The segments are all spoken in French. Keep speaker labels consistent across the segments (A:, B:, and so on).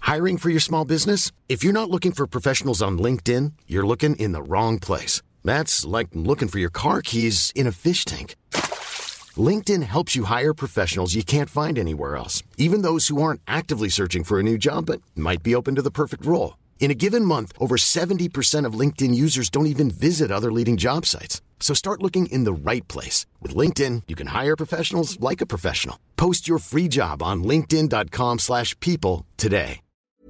A: Hiring for your small business? If you're not looking for professionals on LinkedIn, you're looking in the wrong place. That's like looking for your car keys in a fish tank. LinkedIn helps you hire professionals you can't find anywhere else, even those who aren't actively searching for a new job but might be open to the perfect role. In a given month, over 70% of LinkedIn users don't even visit other leading job sites. So start looking in the right place. With LinkedIn, you can hire professionals like a professional. Post your free job on linkedin.com/people today.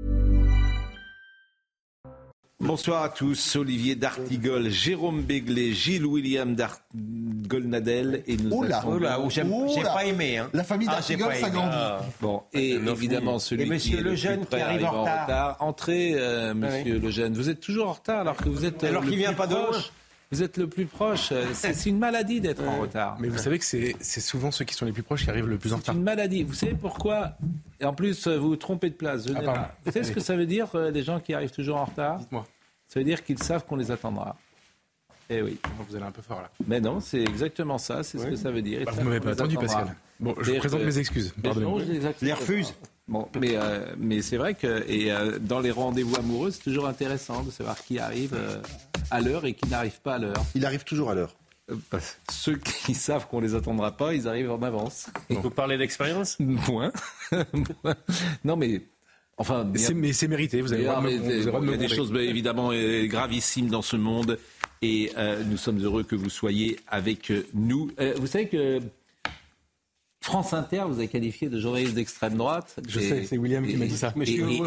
B: Bonsoir à tous, Olivier d'Artigol, Jérôme Béglé, Gilles William d'Artigol-Nadel et nous
C: j'ai pas aimé. Hein.
D: La famille d'Artigol, ça grandit.
B: Bon, et évidemment celui
C: et monsieur
B: qui est
C: Lejeune qui arrive en retard.
B: Entrez, monsieur Lejeune. Vous êtes toujours en retard alors que vous êtes
C: alors qu'il vient pas de
B: proche. Vous êtes le plus proche. C'est une maladie d'être en retard.
E: Mais vous savez que c'est souvent ceux qui sont les plus proches qui arrivent le plus en retard.
B: C'est une maladie. Vous savez pourquoi? Et en plus, vous vous trompez de place. Vous savez ce que ça veut dire, les gens qui arrivent toujours en retard?
E: Dites-moi.
B: Ça veut dire qu'ils savent qu'on les attendra. Eh oui.
E: Vous allez un peu fort là.
B: Mais non, c'est exactement ça. C'est ce que ça veut dire.
E: Vous ne m'avez pas attendu, Pascal. Bon, je vous présente mes excuses. Pardonnez-moi.
B: Je les refuse. Bon, mais c'est vrai que dans les rendez-vous amoureux, c'est toujours intéressant de savoir qui arrive à l'heure et qui n'arrive pas à l'heure.
D: Il arrive toujours à l'heure.
B: Ceux qui savent qu'on les attendra pas, ils arrivent en avance.
F: Vous parlez d'expérience ?
B: Point. Non, mais... Enfin,
E: mais c'est mérité, vous avez le droit de me
B: Il y a des choses évidemment gravissimes dans ce monde et nous sommes heureux que vous soyez avec nous. Vous savez que France Inter vous a qualifié de journaliste d'extrême droite.
E: Je sais, c'est William qui m'a dit ça.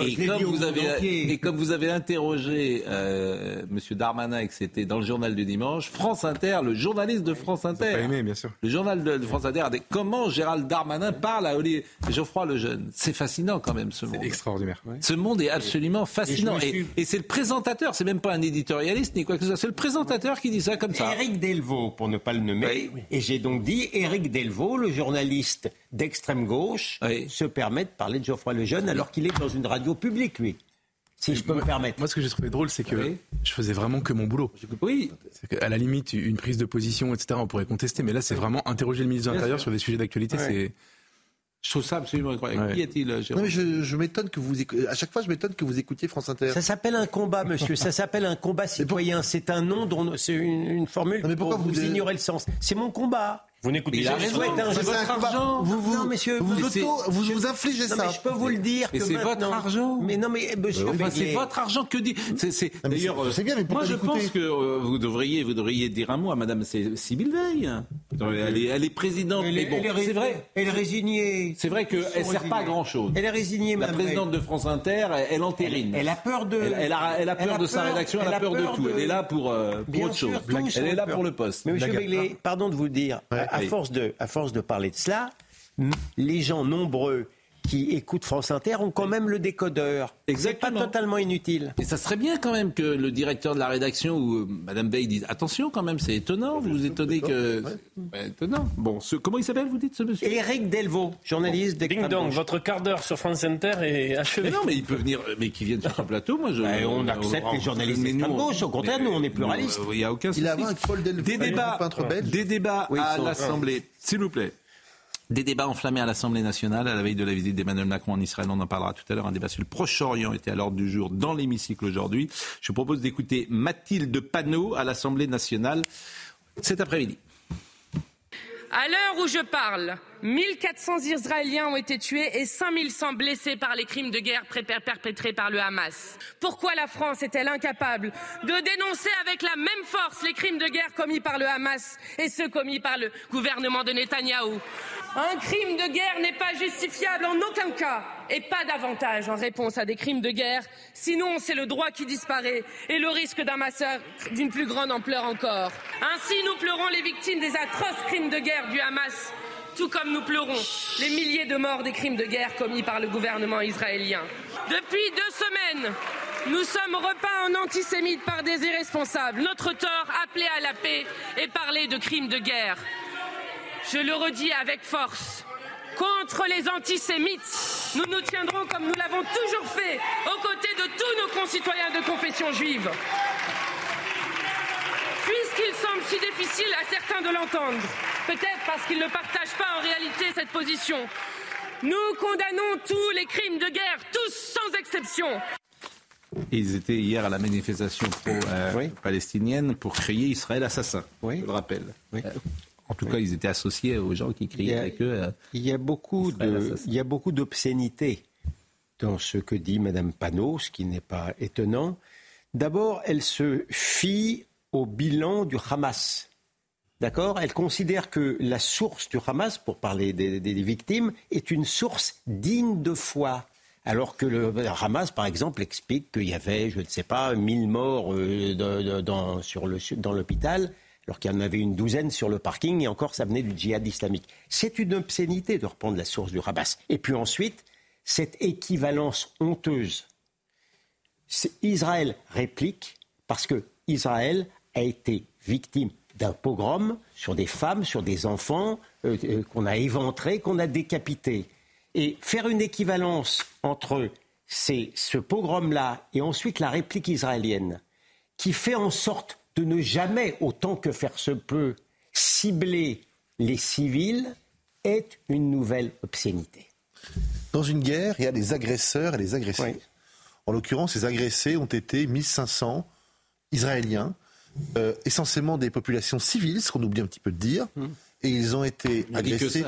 B: Et comme vous avez interrogé Monsieur Darmanin et que c'était dans le journal du dimanche, France Inter, le journaliste de France Inter,
E: pas aimé, bien sûr.
B: Le journal de France Inter a dit comment Gérald Darmanin parle à Geoffroy Lejeune. C'est fascinant quand même ce monde.
E: C'est extraordinaire. Ouais.
B: Ce monde est absolument fascinant. Et c'est le présentateur, c'est même pas un éditorialiste ni quoi que ce soit, c'est le présentateur qui dit ça comme ça.
C: Éric Delvaux, pour ne pas le nommer. Oui. Et j'ai donc dit Éric Delvaux, le journaliste d'extrême gauche, se permet de parler de Geoffroy Lejeune alors qu'il est dans une radio publique, lui. Si je peux me permettre.
E: Moi, ce que j'ai trouvé drôle, c'est que je faisais vraiment que mon boulot.
B: Oui.
E: C'est qu'à la limite, une prise de position, etc., on pourrait contester, mais là, c'est vraiment interroger le ministre de l'Intérieur sur des sujets d'actualité. C'est...
B: Je trouve ça absolument incroyable.
E: Ouais.
B: Qui est-il, Jérôme ?
D: Non, mais je m'étonne que vous à chaque fois, je m'étonne que vous écoutiez France Inter.
C: Ça s'appelle un combat, monsieur. Ça s'appelle un combat citoyen. C'est un nom dont c'est une formule.
D: Non, mais pourquoi
C: vous ignorez le sens ? C'est mon combat.
F: Vous n'écoutez
B: jamais.
F: jamais.
B: C'est votre argent.
D: Non, monsieur, vous infligez
C: non,
D: ça.
C: Mais je peux vous le dire.
B: Mais c'est
C: maintenant,
B: votre argent.
C: Mais non, mais monsieur,
B: c'est votre argent que dit. D'ailleurs,
D: c'est bien, mais
B: moi je pense que vous devriez dire un mot à Madame Sybille Veil. Elle est présidente.
C: C'est vrai. Elle est résignée.
B: C'est vrai qu'elle sert pas à grand chose.
C: Elle est résignée.
B: La présidente de France Inter, elle entérine.
C: Elle a peur de.
B: Elle a peur de sa rédaction. Elle a peur de tout. Elle est là pour autre chose. Elle est là pour le poste.
C: Mais monsieur Béglé, pardon de vous le dire. À force de parler de cela, les gens nombreux qui écoutent France Inter ont quand même le décodeur.
B: Exactement.
C: C'est pas totalement inutile.
B: Et ça serait bien quand même que le directeur de la rédaction ou Madame Veil dise attention quand même, c'est étonnant, vous vous étonnez que... Ouais. Étonnant. Bon, comment il s'appelle, vous dites, ce monsieur ?
C: Éric Delvaux, journaliste d'Extrême
F: Ding dong,
C: Gauche.
F: votre quart d'heure sur France Inter est achevé.
B: Mais non, mais il peut venir, mais qu'il vienne sur un plateau, moi je...
C: on accepte les journalistes d'Extrême Gauche, au contraire, nous on est pluralistes.
B: Il n'y a aucun souci.
D: Il a un Paul Delvaux,
B: peintre belge. Des débats à l'Assemblée, s'il vous plaît. Des débats enflammés à l'Assemblée nationale à la veille de la visite d'Emmanuel Macron en Israël. On en parlera tout à l'heure. Un débat sur le Proche-Orient était à l'ordre du jour dans l'hémicycle aujourd'hui. Je vous propose d'écouter Mathilde Panot à l'Assemblée nationale cet après-midi.
G: À l'heure où je parle, 1400 Israéliens ont été tués et 5100 blessés par les crimes de guerre perpétrés par le Hamas. Pourquoi la France est-elle incapable de dénoncer avec la même force les crimes de guerre commis par le Hamas et ceux commis par le gouvernement de Netanyahou ? Un crime de guerre n'est pas justifiable en aucun cas et pas davantage en réponse à des crimes de guerre. Sinon, c'est le droit qui disparaît et le risque d'un massacre d'une plus grande ampleur encore. Ainsi, nous pleurons les victimes des atroces crimes de guerre du Hamas, tout comme nous pleurons les milliers de morts des crimes de guerre commis par le gouvernement israélien. Depuis 2 semaines, nous sommes repeints en antisémites par des irresponsables. Notre tort, appeler à la paix et parler de crimes de guerre. Je le redis avec force. Contre les antisémites, nous nous tiendrons comme nous l'avons toujours fait, aux côtés de tous nos concitoyens de confession juive. Puisqu'il semble si difficile à certains de l'entendre, peut-être parce qu'ils ne partagent pas en réalité cette position, Nous condamnons tous les crimes de guerre, tous sans exception.
B: Et ils étaient hier à la manifestation pro-palestinienne pour crier Israël assassin, je le rappelle. Oui. En tout cas, ils étaient associés aux gens qui criaient avec eux.
C: Il y a beaucoup d'obscénité dans ce que dit Mme Panot, ce qui n'est pas étonnant. D'abord, elle se fie au bilan du Hamas. D'accord ? Elle considère que la source du Hamas, pour parler des victimes, est une source digne de foi. Alors que le Hamas, par exemple, explique qu'il y avait, je ne sais pas, 1000 morts dans l'hôpital, alors qu'il y en avait une douzaine sur le parking, et encore, ça venait du djihad islamique. C'est une obscénité de reprendre la source du Hamas. Et puis ensuite, cette équivalence honteuse. Israël réplique parce que Israël a été victime d'un pogrom sur des femmes, sur des enfants, qu'on a éventrés, qu'on a décapités. Et faire une équivalence entre ce pogrom-là et ensuite la réplique israélienne, qui fait en sorte de ne jamais, autant que faire se peut, cibler les civils, est une nouvelle obscénité.
D: Dans une guerre, il y a des agresseurs et des agressés. Oui. En l'occurrence, ces agressés ont été 1500 Israéliens, essentiellement des populations civiles, ce qu'on oublie un petit peu de dire, et ils ont été agressés.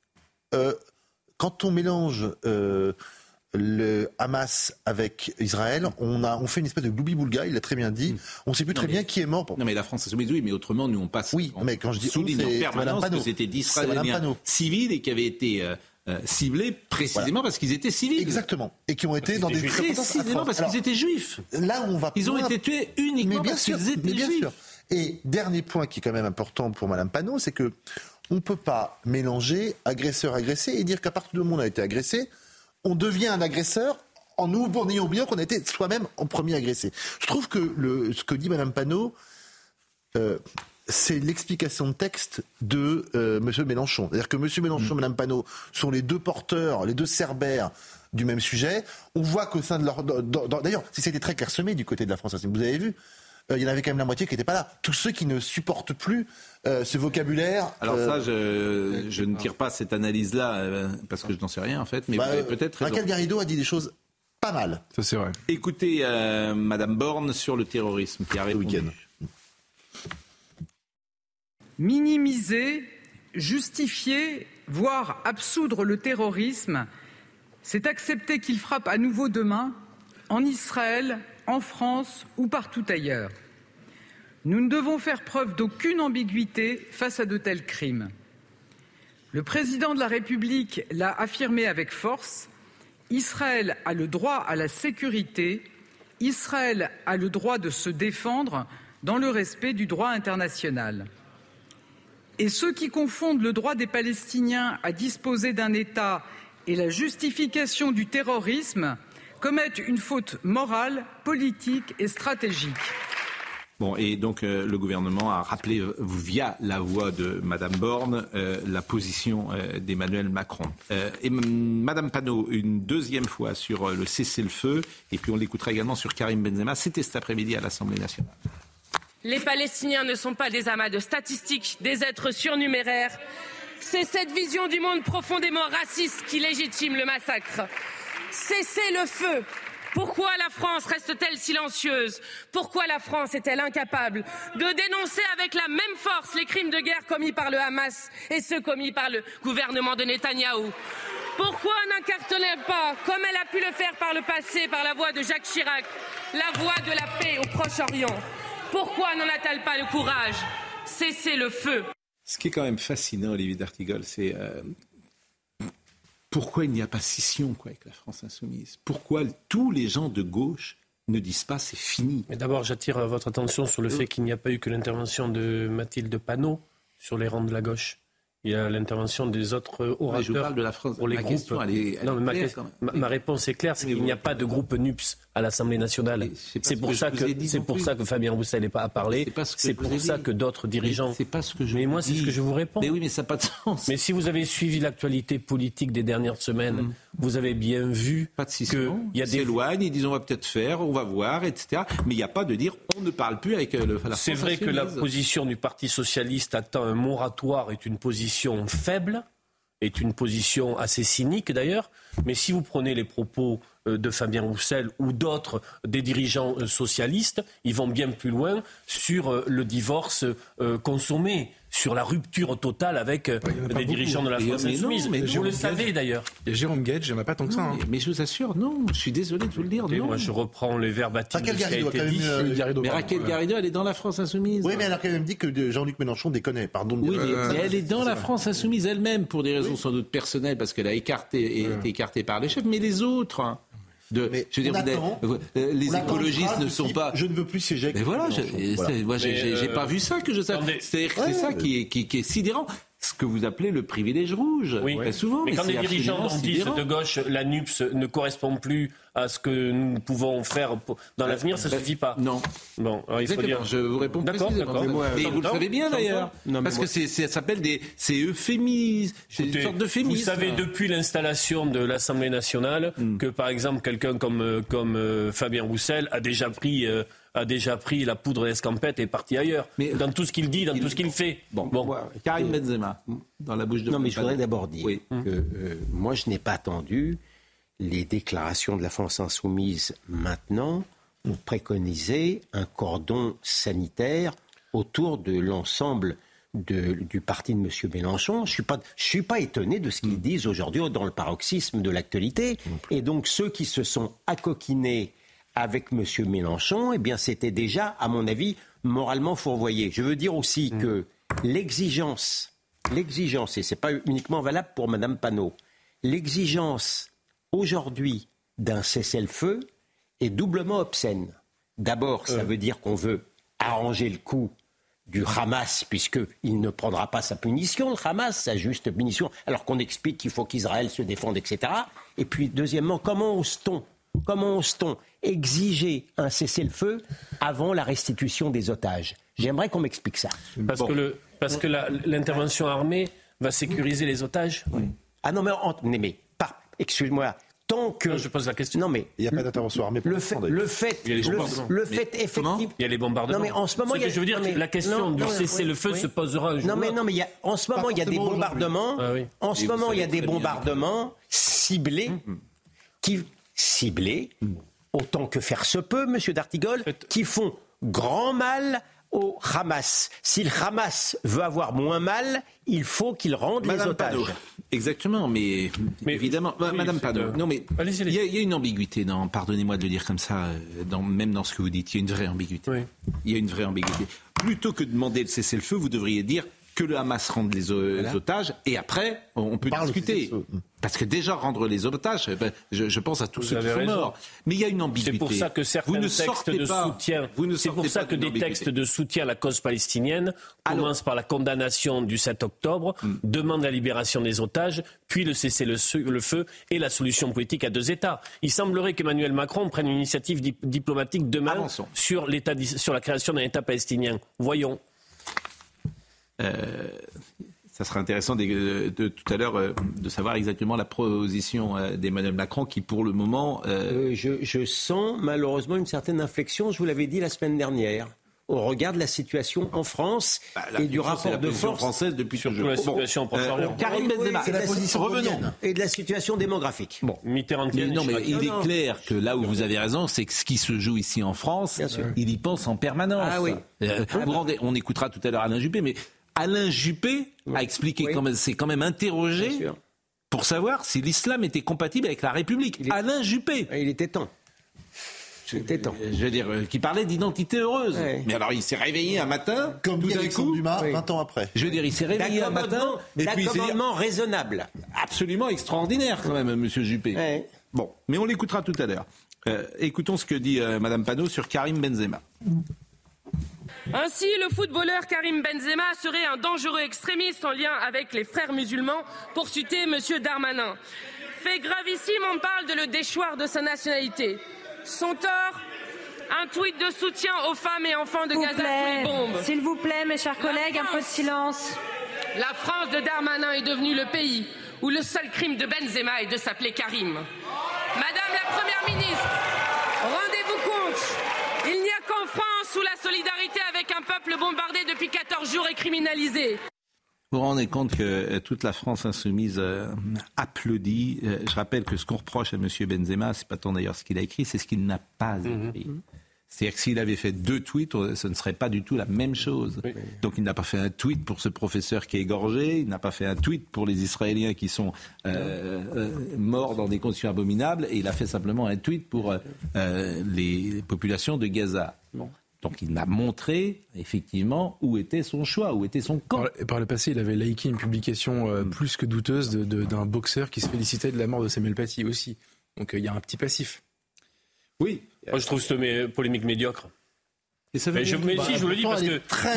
D: Quand on mélange le Hamas avec Israël, on fait une espèce de gloubi-boulga, il l'a très bien dit. On ne sait plus très bien qui est mort.
B: Non mais la France insoumise, oui, mais autrement, nous on passe.
D: Oui, mais quand je dis
B: souligne en permanence que c'était d'Israéliens civils et qui avaient été ciblés précisément parce qu'ils étaient civils.
D: Exactement. Et qui ont été dans des
B: précisément parce qu'ils étaient juifs.
D: Là où on va.
B: Ils ont été tués uniquement parce qu'ils étaient juifs. Sûr.
D: Et dernier point qui est quand même important pour Mme Panot, c'est que on ne peut pas mélanger agresseur-agressé et dire qu'à partir du moment où on a été agressé, on devient un agresseur en ayant oublié qu'on a été soi-même en premier agressé. Je trouve que ce que dit Mme Panot, c'est l'explication de texte de M. Mélenchon. C'est-à-dire que M. Mélenchon et Mme Panot sont les deux porteurs, les deux cerbères du même sujet. On voit qu'au sein de leur... D'ailleurs, si c'était très clairsemé du côté de la France, vous avez vu, il y en avait quand même la moitié qui n'étaient pas là. Tous ceux qui ne supportent plus ce vocabulaire...
B: Alors ça, je ne tire pas cette analyse-là, parce que je n'en sais rien en fait, mais peut-être...
D: Raquel Garrido a dit des choses pas mal.
E: Ça c'est vrai.
B: Écoutez Madame Borne sur le terrorisme qui a répondu.
H: Minimiser, justifier, voire absoudre le terrorisme, c'est accepter qu'il frappe à nouveau demain, en Israël, en France ou partout ailleurs. Nous ne devons faire preuve d'aucune ambiguïté face à de tels crimes. Le président de la République l'a affirmé avec force, Israël a le droit à la sécurité, Israël a le droit de se défendre dans le respect du droit international. Et ceux qui confondent le droit des Palestiniens à disposer d'un État et la justification du terrorisme commettent une faute morale, politique et stratégique.
B: Bon, et donc le gouvernement a rappelé via la voix de Madame Borne la position d'Emmanuel Macron. Et Madame Panot, une deuxième fois sur le cessez-le-feu, et puis on l'écoutera également sur Karim Benzema. C'était cet après-midi à l'Assemblée nationale.
G: Les Palestiniens ne sont pas des amas de statistiques, des êtres surnuméraires. C'est cette vision du monde profondément raciste qui légitime le massacre. Cessez le feu. Pourquoi la France reste-t-elle silencieuse ? Pourquoi la France est-elle incapable de dénoncer avec la même force les crimes de guerre commis par le Hamas et ceux commis par le gouvernement de Netanyahou ? Pourquoi n'incarne-t-elle pas, comme elle a pu le faire par le passé, par la voix de Jacques Chirac, la voix de la paix au Proche-Orient ? Pourquoi n'en a-t-elle pas le courage ? Cessez le feu.
B: Ce qui est quand même fascinant, Olivier d'Artigol, c'est pourquoi il n'y a pas scission avec la France insoumise ? Pourquoi tous les gens de gauche ne disent pas c'est fini ?
F: Mais d'abord, j'attire votre attention sur le fait qu'il n'y a pas eu que l'intervention de Mathilde Panot sur les rangs de la gauche. Il y a l'intervention des autres orateurs.
B: Je parle de la France.
F: Pour les groupes. Ma réponse est claire, c'est qu'il n'y a pas de groupe NUPS à l'Assemblée nationale. C'est pour ça que Fabien Roussel n'est pas à parler. C'est pour ça que d'autres dirigeants.
B: C'est pas ce que je.
F: Mais moi, c'est ce que je vous réponds.
B: Mais oui, mais ça n'a pas de sens.
F: Mais si vous avez suivi l'actualité politique des dernières semaines, vous avez bien vu
B: que il y a des s'éloignent, ils disent on va peut-être faire, on va voir, etc. Mais il n'y a pas de dire on ne parle plus avec la France.
F: C'est vrai que la position du Parti socialiste attend un moratoire est une position faible. est une position assez cynique d'ailleurs, mais si vous prenez les propos de Fabien Roussel ou d'autres, des dirigeants socialistes, ils vont bien plus loin sur le divorce consommé, sur la rupture totale avec les dirigeants de la France insoumise. Mais vous le savez d'ailleurs.
E: Et Jérôme Guedj, j'aime pas tant que ça. Hein.
B: Mais je vous assure, non, je suis désolé de vous le dire. Non.
F: Moi, je reprends les verbatim de ce qui a été dit.
B: Mais Raquel Garrido, elle est dans la France insoumise.
D: Oui, mais elle a quand même dit que Jean-Luc Mélenchon déconnait. Pardon de dire.
B: Oui, mais elle est dans la France insoumise elle-même, pour des raisons sans doute personnelles, parce qu'elle a été écartée par les chefs, mais les autres... Hein. Je veux dire, les écologistes ne sont pas.
D: Je ne veux plus siéger.
B: Mais voilà, moi, j'ai pas vu ça que je sais. C'est ça qui est sidérant. Ce que vous appelez le privilège rouge, très souvent.
F: Mais quand les dirigeants disent de gauche, la NUPS ne correspond plus à ce que nous pouvons faire dans l'avenir, ça ne suffit pas.
B: Non.
F: Bon, alors il faut dire...
B: Je vous réponds précisément. Et vous le savez bien d'ailleurs. Parce que ça s'appelle c'est euphémisme. C'est une sorte d'euphémisme.
F: Vous savez depuis l'installation de l'Assemblée nationale que par exemple quelqu'un comme Fabien Roussel a déjà pris la poudre d'escampette et est parti ailleurs. Mais dans tout ce qu'il dit, dans tout ce qu'il fait.
B: Bon. Karim Benzema, dans la bouche de...
C: Non, mais je voudrais d'abord dire que moi, je n'ai pas attendu les déclarations de la France insoumise maintenant pour préconiser un cordon sanitaire autour de l'ensemble du parti de M. Mélenchon. Je suis pas étonné de ce qu'ils disent aujourd'hui dans le paroxysme de l'actualité. Et donc, ceux qui se sont accoquinés avec M. Mélenchon, eh bien, c'était déjà, à mon avis, moralement fourvoyé. Je veux dire aussi que l'exigence, et ce n'est pas uniquement valable pour Mme Panot, l'exigence aujourd'hui d'un cessez-le-feu est doublement obscène. D'abord, ça veut dire qu'on veut arranger le coup du Hamas, puisqu'il ne prendra pas sa punition, le Hamas, sa juste punition, alors qu'on explique qu'il faut qu'Israël se défende, etc. Et puis, deuxièmement, comment ose-t-on exiger un cessez-le-feu avant la restitution des otages? J'aimerais qu'on m'explique ça.
F: Parce que l'intervention armée va sécuriser les otages.
C: Oui. Ah non, mais excuse-moi. Tant que...
F: Non, je pose la question.
C: Non, mais
D: il n'y a pas d'intervention armée pour
C: le fait effectivement...
F: Il y a les bombardements.
C: Non, mais en ce moment,
F: je veux dire, la question du cessez-le-feu se posera un jour.
C: Non, mais en ce moment, il y a des bombardements. En ce moment, il y a des bombardements ciblés, autant que faire se peut, Monsieur D'Artigol, qui font grand mal au Hamas. Si le Hamas veut avoir moins mal, il faut qu'il rende les otages.
B: Panot. Exactement, mais évidemment, Madame Panot. Non, mais il y a une ambiguïté. Pardonnez-moi de le dire comme ça, même dans ce que vous dites, il y a une vraie ambiguïté. Oui. Il y a une vraie ambiguïté. Plutôt que de demander le cessez-le-feu, vous devriez dire que le Hamas rende les otages et après, on peut discuter. Parce que déjà, rendre les otages, je pense à tous ceux qui sont morts. Mais il y a une ambiguïté.
F: C'est pour ça que certains textes de soutien, c'est pour ça que des textes de soutien à la cause palestinienne commencent par la condamnation du 7 octobre, demandent la libération des otages, puis le cessez-le-feu et la solution politique à 2 États. Il semblerait qu'Emmanuel Macron prenne une initiative diplomatique demain sur la création d'un État palestinien. Voyons.
B: Ça sera intéressant de tout à l'heure de savoir exactement la position d'Emmanuel Macron qui, pour le moment...
C: Je sens malheureusement une certaine inflexion, je vous l'avais dit la semaine dernière, au regard de la situation en France et du rapport de force
B: française depuis
F: surtout la situation en Proche-Orient.
C: Karim Benzema, c'est la position revenons et de la situation démographique.
F: Mitterrand.
B: Non, mais il est clair que là où vous avez raison, c'est que ce qui se joue ici en France, il y pense en permanence.
C: Ah oui.
B: On écoutera tout à l'heure Alain Juppé, mais Alain Juppé a expliqué, s'est quand même interrogé pour savoir si l'islam était compatible avec la République. Alain Juppé.
C: Il était temps.
B: Je veux dire, qui parlait d'identité heureuse. Ouais. Mais alors, il s'est réveillé un matin,
D: comme tout d'un coup, Dumas, 20 ans après.
B: Je veux dire, il s'est réveillé un matin,
C: et puis d'accommodement raisonnable.
B: Absolument extraordinaire, quand même, Monsieur Juppé.
C: Ouais.
B: Bon, mais on l'écoutera tout à l'heure. Écoutons ce que dit Madame Panot sur Karim Benzema.
G: Ainsi, le footballeur Karim Benzema serait un dangereux extrémiste en lien avec les frères musulmans, pour citer M. Darmanin. Fait gravissime, on parle de le déchoir de sa nationalité. Son tort, un tweet de soutien aux femmes et enfants de Gaza sous les bombes.
I: S'il vous plaît, mes chers collègues, un peu de silence.
G: La France de Darmanin est devenue le pays où le seul crime de Benzema est de s'appeler Karim. Madame la Première ministre, rendez-vous compte, il n'y a qu'en France où la solidarité avec un peuple bombardé depuis 14 jours est criminalisée.
B: Vous vous rendez compte que toute la France insoumise applaudit. Je rappelle que ce qu'on reproche à M. Benzema, c'est pas tant d'ailleurs ce qu'il a écrit, c'est ce qu'il n'a pas écrit. C'est-à-dire que s'il avait fait 2 tweets, ce ne serait pas du tout la même chose. Oui. Donc il n'a pas fait un tweet pour ce professeur qui est égorgé, il n'a pas fait un tweet pour les Israéliens qui sont morts dans des conditions abominables, et il a fait simplement un tweet pour les populations de Gaza. Bon. Donc il m'a montré effectivement où était son choix, où était son camp.
E: Par le passé, il avait liké une publication plus que douteuse d'un boxeur qui se félicitait de la mort de Samuel Paty aussi. Donc il y a un petit passif.
F: Oui. Moi je trouve cette polémique médiocre. Et ça veut je vous le dis parce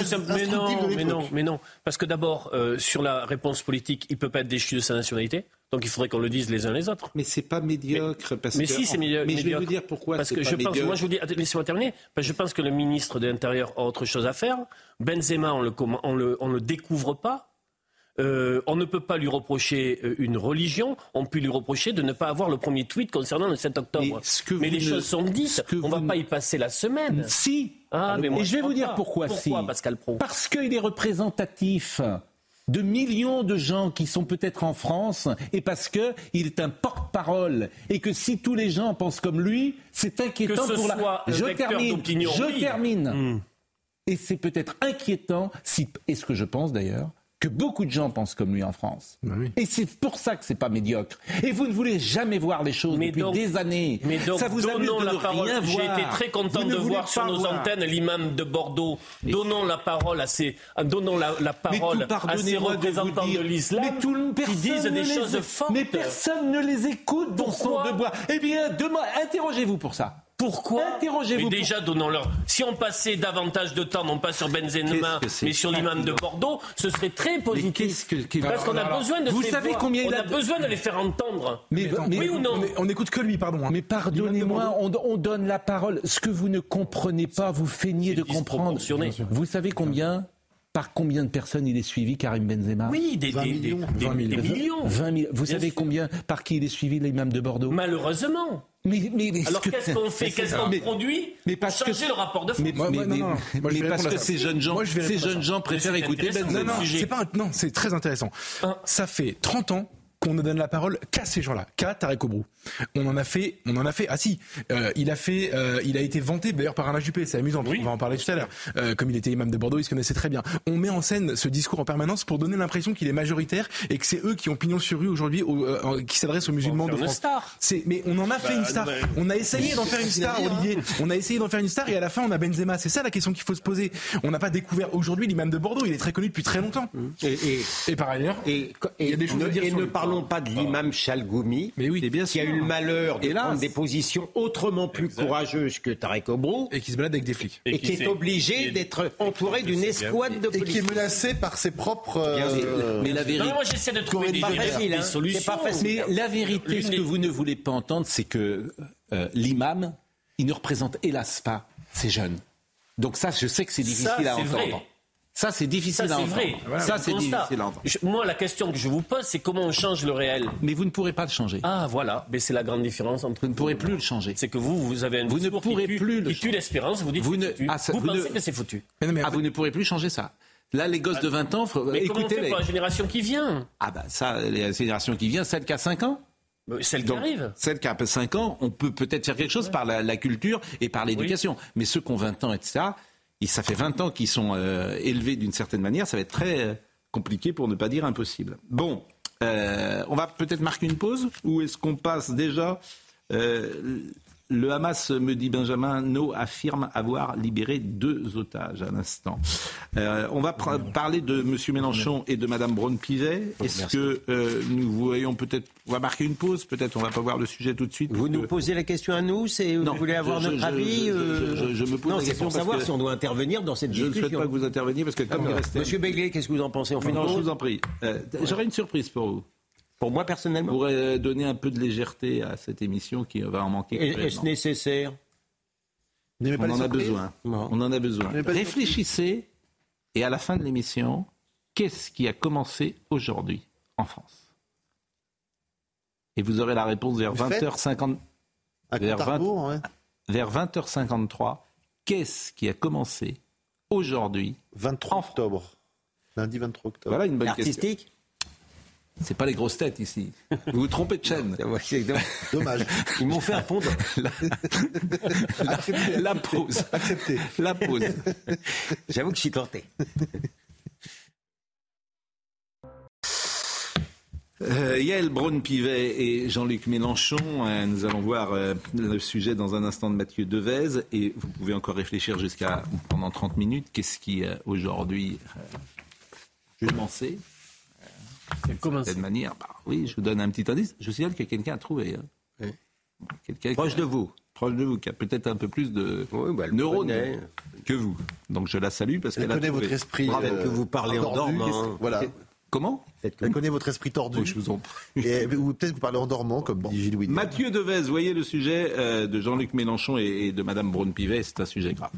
F: que mais non, parce que d'abord sur la réponse politique, il peut pas être déchu de sa nationalité. Donc il faudrait qu'on le dise les uns les autres.
B: Mais c'est pas médiocre.
F: Mais c'est médiocre.
B: Mais je vais vous dire pourquoi.
F: Parce que je pense, moi je vous dis, laissez-moi terminer. Parce que je pense que le ministre de l'Intérieur a autre chose à faire. Benzema, on le découvre pas. On ne peut pas lui reprocher une religion, on peut lui reprocher de ne pas avoir le premier tweet concernant le 7 octobre. Mais les choses sont dites, on ne va pas y passer la semaine.
J: Si. Et je vais vous dire pourquoi
F: Pascal Praud ?
J: Parce qu'il est représentatif de millions de gens qui sont peut-être en France, et parce qu'il est un porte-parole, et que si tous les gens pensent comme lui, c'est inquiétant pour la... Je termine. Et c'est peut-être inquiétant, et ce que je pense d'ailleurs, que beaucoup de gens pensent comme lui en France. Ben oui. Et c'est pour ça que c'est pas médiocre. Et vous ne voulez jamais voir les choses depuis des années.
F: Mais donc,
J: ça vous amuse de
F: la parole.
J: Rien
F: J'ai
J: voir.
F: été très content de voir sur nos antennes l'imam de Bordeaux. Donnons la parole à ces représentants de l'islam qui disent des choses fortes.
J: Mais personne ne les écoute dans son devoir. Eh bien, interrogez-vous pour ça.
F: Pourquoi ?
J: Interrogez-vous.
F: Mais déjà, donnons-leur. Si on passait davantage de temps, non pas sur Benzema, mais sur l'imam de Bordeaux, ce serait très positif. Parce qu'on a besoin de
J: vous savez voix. Combien
F: on a besoin de les faire entendre.
E: Mais oui ou non ? On n'écoute que lui, pardon.
J: Mais pardonnez-moi, on donne la parole. Ce que vous ne comprenez pas, vous feignez de comprendre. Vous savez par combien de personnes il est suivi, Karim Benzema ?
F: Oui, des millions.
J: 20 000. Vous savez combien par qui il est suivi, l'imam de Bordeaux ?
F: Malheureusement.
J: Mais
F: alors qu'est-ce qu'on fait ? Qu'est-ce qu'on produit ? Pour changer le rapport de force.
J: Mais parce que ces jeunes gens préfèrent écouter Benzema.
E: Non, c'est très intéressant. Ça fait 30 ans qu'on ne donne la parole qu'à ces gens-là, qu'à Tarek Obrou. On en a fait. Il a été vanté d'ailleurs par Alain Juppé. C'est amusant. Oui. On va en parler tout à l'heure. Comme il était imam de Bordeaux, il se connaissait très bien. On met en scène ce discours en permanence pour donner l'impression qu'il est majoritaire et que c'est eux qui ont pignon sur rue aujourd'hui, qui s'adressent aux musulmans de France. Mais on en a fait une star. On a essayé d'en faire une star, Olivier. On a essayé d'en faire une star et à la fin on a Benzema. C'est ça la question qu'il faut se poser. On n'a pas découvert aujourd'hui l'imam de Bordeaux. Il est très connu depuis très longtemps. Et par ailleurs, il y a des choses à dire.
C: Ne parlons pas de l'imam Chalgoumi, qui a eu le malheur de prendre des positions autrement plus courageuses que Tarek Obrou.
E: Et qui se balade avec des flics.
C: Et qui est obligé d'être entouré d'une escouade de policiers.
D: Et qui est menacé par ses propres...
F: Mais la vérité... moi j'essaie de trouver des solutions.
J: C'est pas facile. Mais la vérité, ce que vous ne voulez pas entendre, c'est que l'imam, il ne représente hélas pas ces jeunes. Donc ça, je sais que c'est difficile à entendre.
F: Vrai.
J: Ça, c'est difficile à entendre.
F: Vrai. Ça, c'est difficile à entendre. Moi, la question que je vous pose, c'est comment on change le réel.
J: Mais vous ne pourrez pas le changer.
F: Ah, voilà. Mais c'est la grande différence entre...
J: Vous ne pourrez plus le changer.
F: C'est que vous avez un discours qui tue l'espérance. Vous dites vous pensez que c'est foutu.
J: Vous ne pourrez plus changer ça. Là, les gosses de 20 ans,
F: mais comment on fait pour la génération qui vient ?
J: Ah bah ça, la génération qui vient, celle qui a 5 ans.
F: Celle qui arrive.
J: Celle qui a 5 ans, on peut peut-être faire quelque chose par la culture et par l'éducation. Oui. Mais ceux qui ont 20 ans, etc., ça fait 20 ans qu'ils sont élevés d'une certaine manière, ça va être très compliqué pour ne pas dire impossible. Bon, on va peut-être marquer une pause, ou est-ce qu'on passe déjà le Hamas, me dit Benjamin No, affirme avoir libéré 2 otages à l'instant. On va parler de M. Mélenchon et de Mme Braun-Pivet. Est-ce que nous voyons peut-être... On va marquer une pause, peut-être on ne va pas voir le sujet tout de suite.
C: Vous nous posez la question à nous, vous voulez avoir notre avis
J: je me pose la question.
C: C'est pour savoir si on doit intervenir dans cette discussion.
J: Je ne souhaite pas que vous interveniez parce que comme il restait...
C: Monsieur Béglé, qu'est-ce que vous en pensez ? On fait une pause ?
J: Je vous en prie. J'aurais une surprise pour vous.
C: Pour moi, personnellement.
J: Pour donner un peu de légèreté à cette émission qui va en manquer.
C: Est-ce nécessaire ?
J: On en a besoin. On en a besoin. Réfléchissez, et à la fin de l'émission, qu'est-ce qui a commencé aujourd'hui en France ? Et vous aurez la réponse vers 20h50. Vers 20h53. Qu'est-ce qui a commencé aujourd'hui
D: 23 octobre. Lundi 23 octobre.
J: Voilà une bonne
C: Artistique
J: question. C'est pas les grosses têtes ici. Vous vous trompez de chaîne.
D: Dommage.
C: Ils m'ont fait un pont.
J: La pause.
D: Accepté.
J: La pause.
C: J'avoue que je suis tenté.
J: Yael Braun-Pivet et Jean-Luc Mélenchon, nous allons voir le sujet dans un instant de Mathieu Devez et vous pouvez encore réfléchir pendant 30 minutes. Qu'est-ce qui aujourd'hui commencé de cette manière oui, je vous donne un petit indice. Je signale que quelqu'un a trouvé.
C: Oui.
J: Quelqu'un
C: Proche de vous,
J: qui a peut-être un peu plus de neurones que vous. Donc je la salue parce qu'elle
D: connaît
J: a trouvé.
D: Votre esprit.
C: Que vous parlez en dormant.
D: Voilà.
J: Comment ?
D: Elle connaît votre esprit tordu.
J: Oui, je vous en prie.
D: Et peut-être vous parlez en dormant, comme dit Gilles William.
J: Mathieu Devez, voyez le sujet de Jean-Luc Mélenchon et de Madame Braun-Pivet, c'est un sujet grave.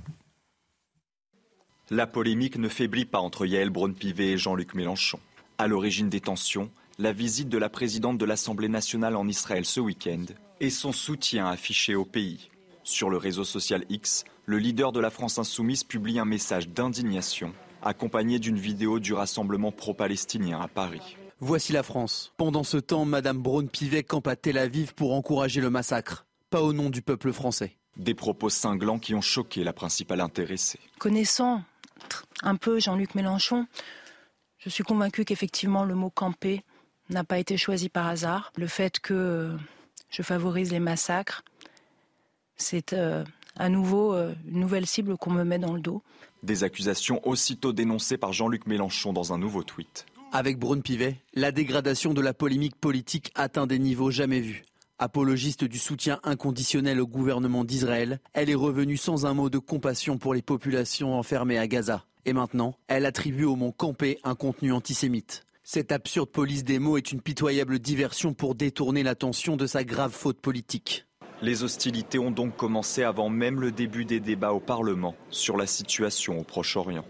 K: La polémique ne faiblit pas entre Yael Braun-Pivet et Jean-Luc Mélenchon. À l'origine des tensions, la visite de la présidente de l'Assemblée nationale en Israël ce week-end et son soutien affiché au pays. Sur le réseau social X, le leader de la France insoumise publie un message d'indignation accompagné d'une vidéo du rassemblement pro-palestinien à Paris.
L: Voici la France. Pendant ce temps, Madame Braun-Pivet campe à Tel Aviv pour encourager le massacre. Pas au nom du peuple français.
K: Des propos cinglants qui ont choqué la principale intéressée.
M: Connaissant un peu Jean-Luc Mélenchon, je suis convaincue qu'effectivement le mot « camper » n'a pas été choisi par hasard. Le fait que je favorise les massacres, c'est à nouveau une nouvelle cible qu'on me met dans le dos.
K: Des accusations aussitôt dénoncées par Jean-Luc Mélenchon dans un nouveau tweet.
L: Avec Braun-Pivet, la dégradation de la polémique politique atteint des niveaux jamais vus. Apologiste du soutien inconditionnel au gouvernement d'Israël, elle est revenue sans un mot de compassion pour les populations enfermées à Gaza. Et maintenant, elle attribue au mot « camper » un contenu antisémite. Cette absurde police des mots est une pitoyable diversion pour détourner l'attention de sa grave faute politique.
K: Les hostilités ont donc commencé avant même le début des débats au Parlement sur la situation au Proche-Orient.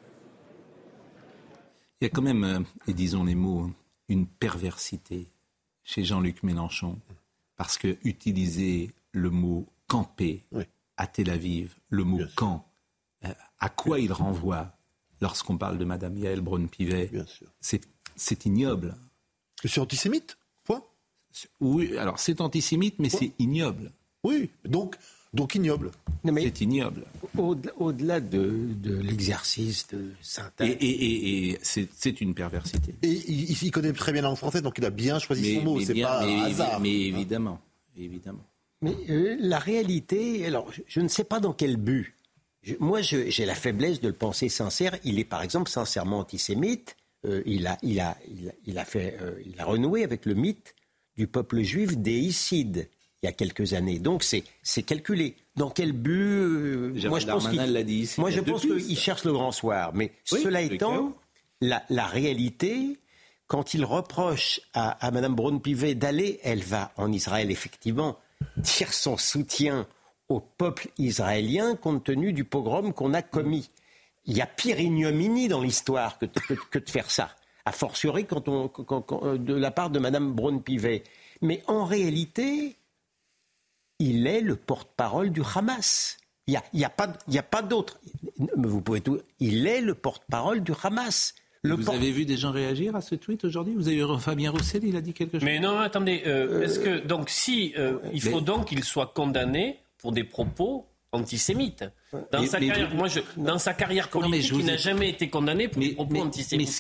J: Il y a quand même, et disons les mots, une perversité chez Jean-Luc Mélenchon, parce que utiliser le mot « camper » à Tel Aviv, le mot « camp », à quoi il renvoie lorsqu'on parle de Madame Yael Braun-Pivet ? C'est ignoble.
D: C'est antisémite ?
J: Oui, alors c'est antisémite, mais c'est ignoble.
D: Oui, donc ignoble.
J: C'est ignoble.
C: Au-delà de l'exercice de syntaxe.
J: Et c'est une perversité.
D: Et il connaît très bien la langue française, donc il a bien choisi son mot. C'est pas un hasard.
J: Mais évidemment.
C: Mais la réalité, alors je ne sais pas dans quel but. Moi, j'ai la faiblesse de le penser sincère. Il est par exemple sincèrement antisémite. Il a renoué avec le mythe du peuple juif déicide il y a quelques années. Donc c'est calculé. Dans quel but
J: Moi je pense
C: qu'il cherche le grand soir. Mais cela étant, la réalité, quand il reproche à Mme Braun-Pivet d'aller, elle va en Israël effectivement, dire son soutien au peuple israélien compte tenu du pogrom qu'on a commis. Il y a pire ignominie dans l'histoire que de faire ça. A fortiori de la part de Mme Braun-Pivet. Mais en réalité, il est le porte-parole du Hamas. Il y a pas d'autre. Vous pouvez tout. Il est le porte-parole du Hamas.
J: Vous avez vu des gens réagir à ce tweet aujourd'hui ? Vous avez vu Fabien Roussel, il a dit quelque chose ?
F: Mais non, attendez. Est-ce que donc il faut donc qu'il soit condamné pour des propos antisémites. Dans sa carrière politique, il n'a jamais été condamné pour des propos antisémites.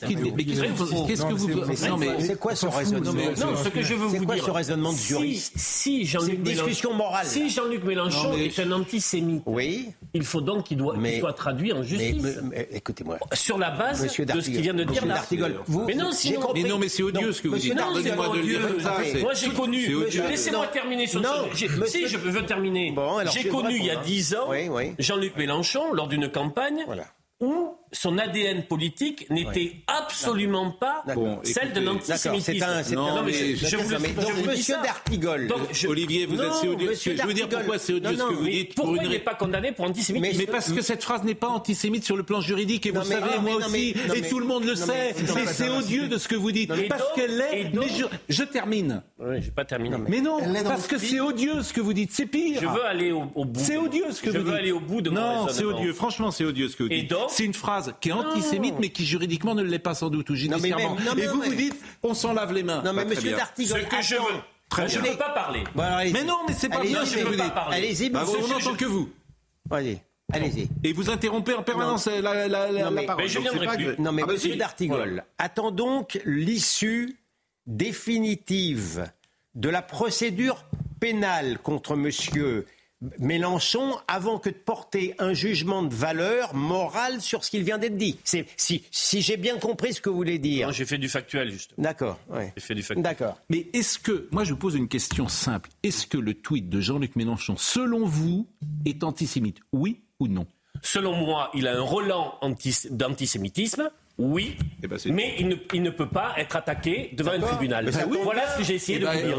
C: C'est quoi ce raisonnement ?
F: Non, ce que je veux vous dire.
C: C'est quoi ce raisonnement de juriste ?
F: C'est une discussion morale. Si Jean-Luc Mélenchon est un antisémite, il faut donc qu'il soit traduit en justice.
C: Écoutez-moi.
F: Sur la base de ce qu'il vient de dire là.
J: Mais non, mais c'est odieux ce que vous dites. Pardonnez-moi de le dire comme ça.
F: Moi, j'ai connu. Laissez-moi terminer sur ce. Si, je veux terminer. J'ai connu il y a 10 ans Jean-Luc Mélenchon lors d'une campagne où son ADN politique n'était absolument pas celle de l'antisémitisme.
C: Monsieur D'Artigol.
J: Olivier, vous êtes si odieux. Je veux dire pourquoi c'est odieux ce que vous dites.
F: Pourquoi il n'est pas condamné pour antisémitisme ?
J: Mais parce que cette phrase n'est pas antisémite sur le plan juridique, et vous savez, moi aussi, et tout le monde le sait. Mais c'est odieux de ce que vous dites. Parce qu'elle est... Je termine.
F: Oui, je n'ai pas terminé.
J: Mais non, parce que c'est odieux ce que vous dites. C'est pire.
F: Je veux aller au bout.
J: C'est odieux ce que vous dites.
F: Je veux aller au bout de mon raisonnement.
J: Non, c'est odieux. Franchement, c'est odieux ce que vous dites. C'est une phrase
B: phrase qui est antisémite, mais qui juridiquement ne l'est pas sans doute, ou judiciairement. Et vous dites, on s'en lave les mains.
C: Non, mais monsieur D'Artigol,
F: ce que je veux. Je ne peux pas parler.
C: Bon,
B: mais non, mais c'est pas bien ce que vous dites.
C: Allez-y,
B: on n'entend que vous.
C: Allez-y.
B: Et vous interrompez en permanence la parole.
F: Mais je viendrai plus.
C: Non, mais monsieur D'Artigol, attend donc l'issue définitive de la procédure pénale contre monsieur Mélenchon avant que de porter un jugement de valeur morale sur ce qu'il vient d'être dit. Si j'ai bien compris ce que vous voulez dire.
F: Non, j'ai fait du factuel, justement.
C: D'accord. Ouais.
F: J'ai fait du factuel.
C: D'accord.
B: Mais est-ce que, moi je vous pose une question simple, est-ce que le tweet de Jean-Luc Mélenchon, selon vous, est antisémite? Oui ou non?
F: Selon moi, il a un relent d'antisémitisme. Oui, mais il ne peut pas être attaqué devant un tribunal. Voilà ce que j'ai essayé de vous dire.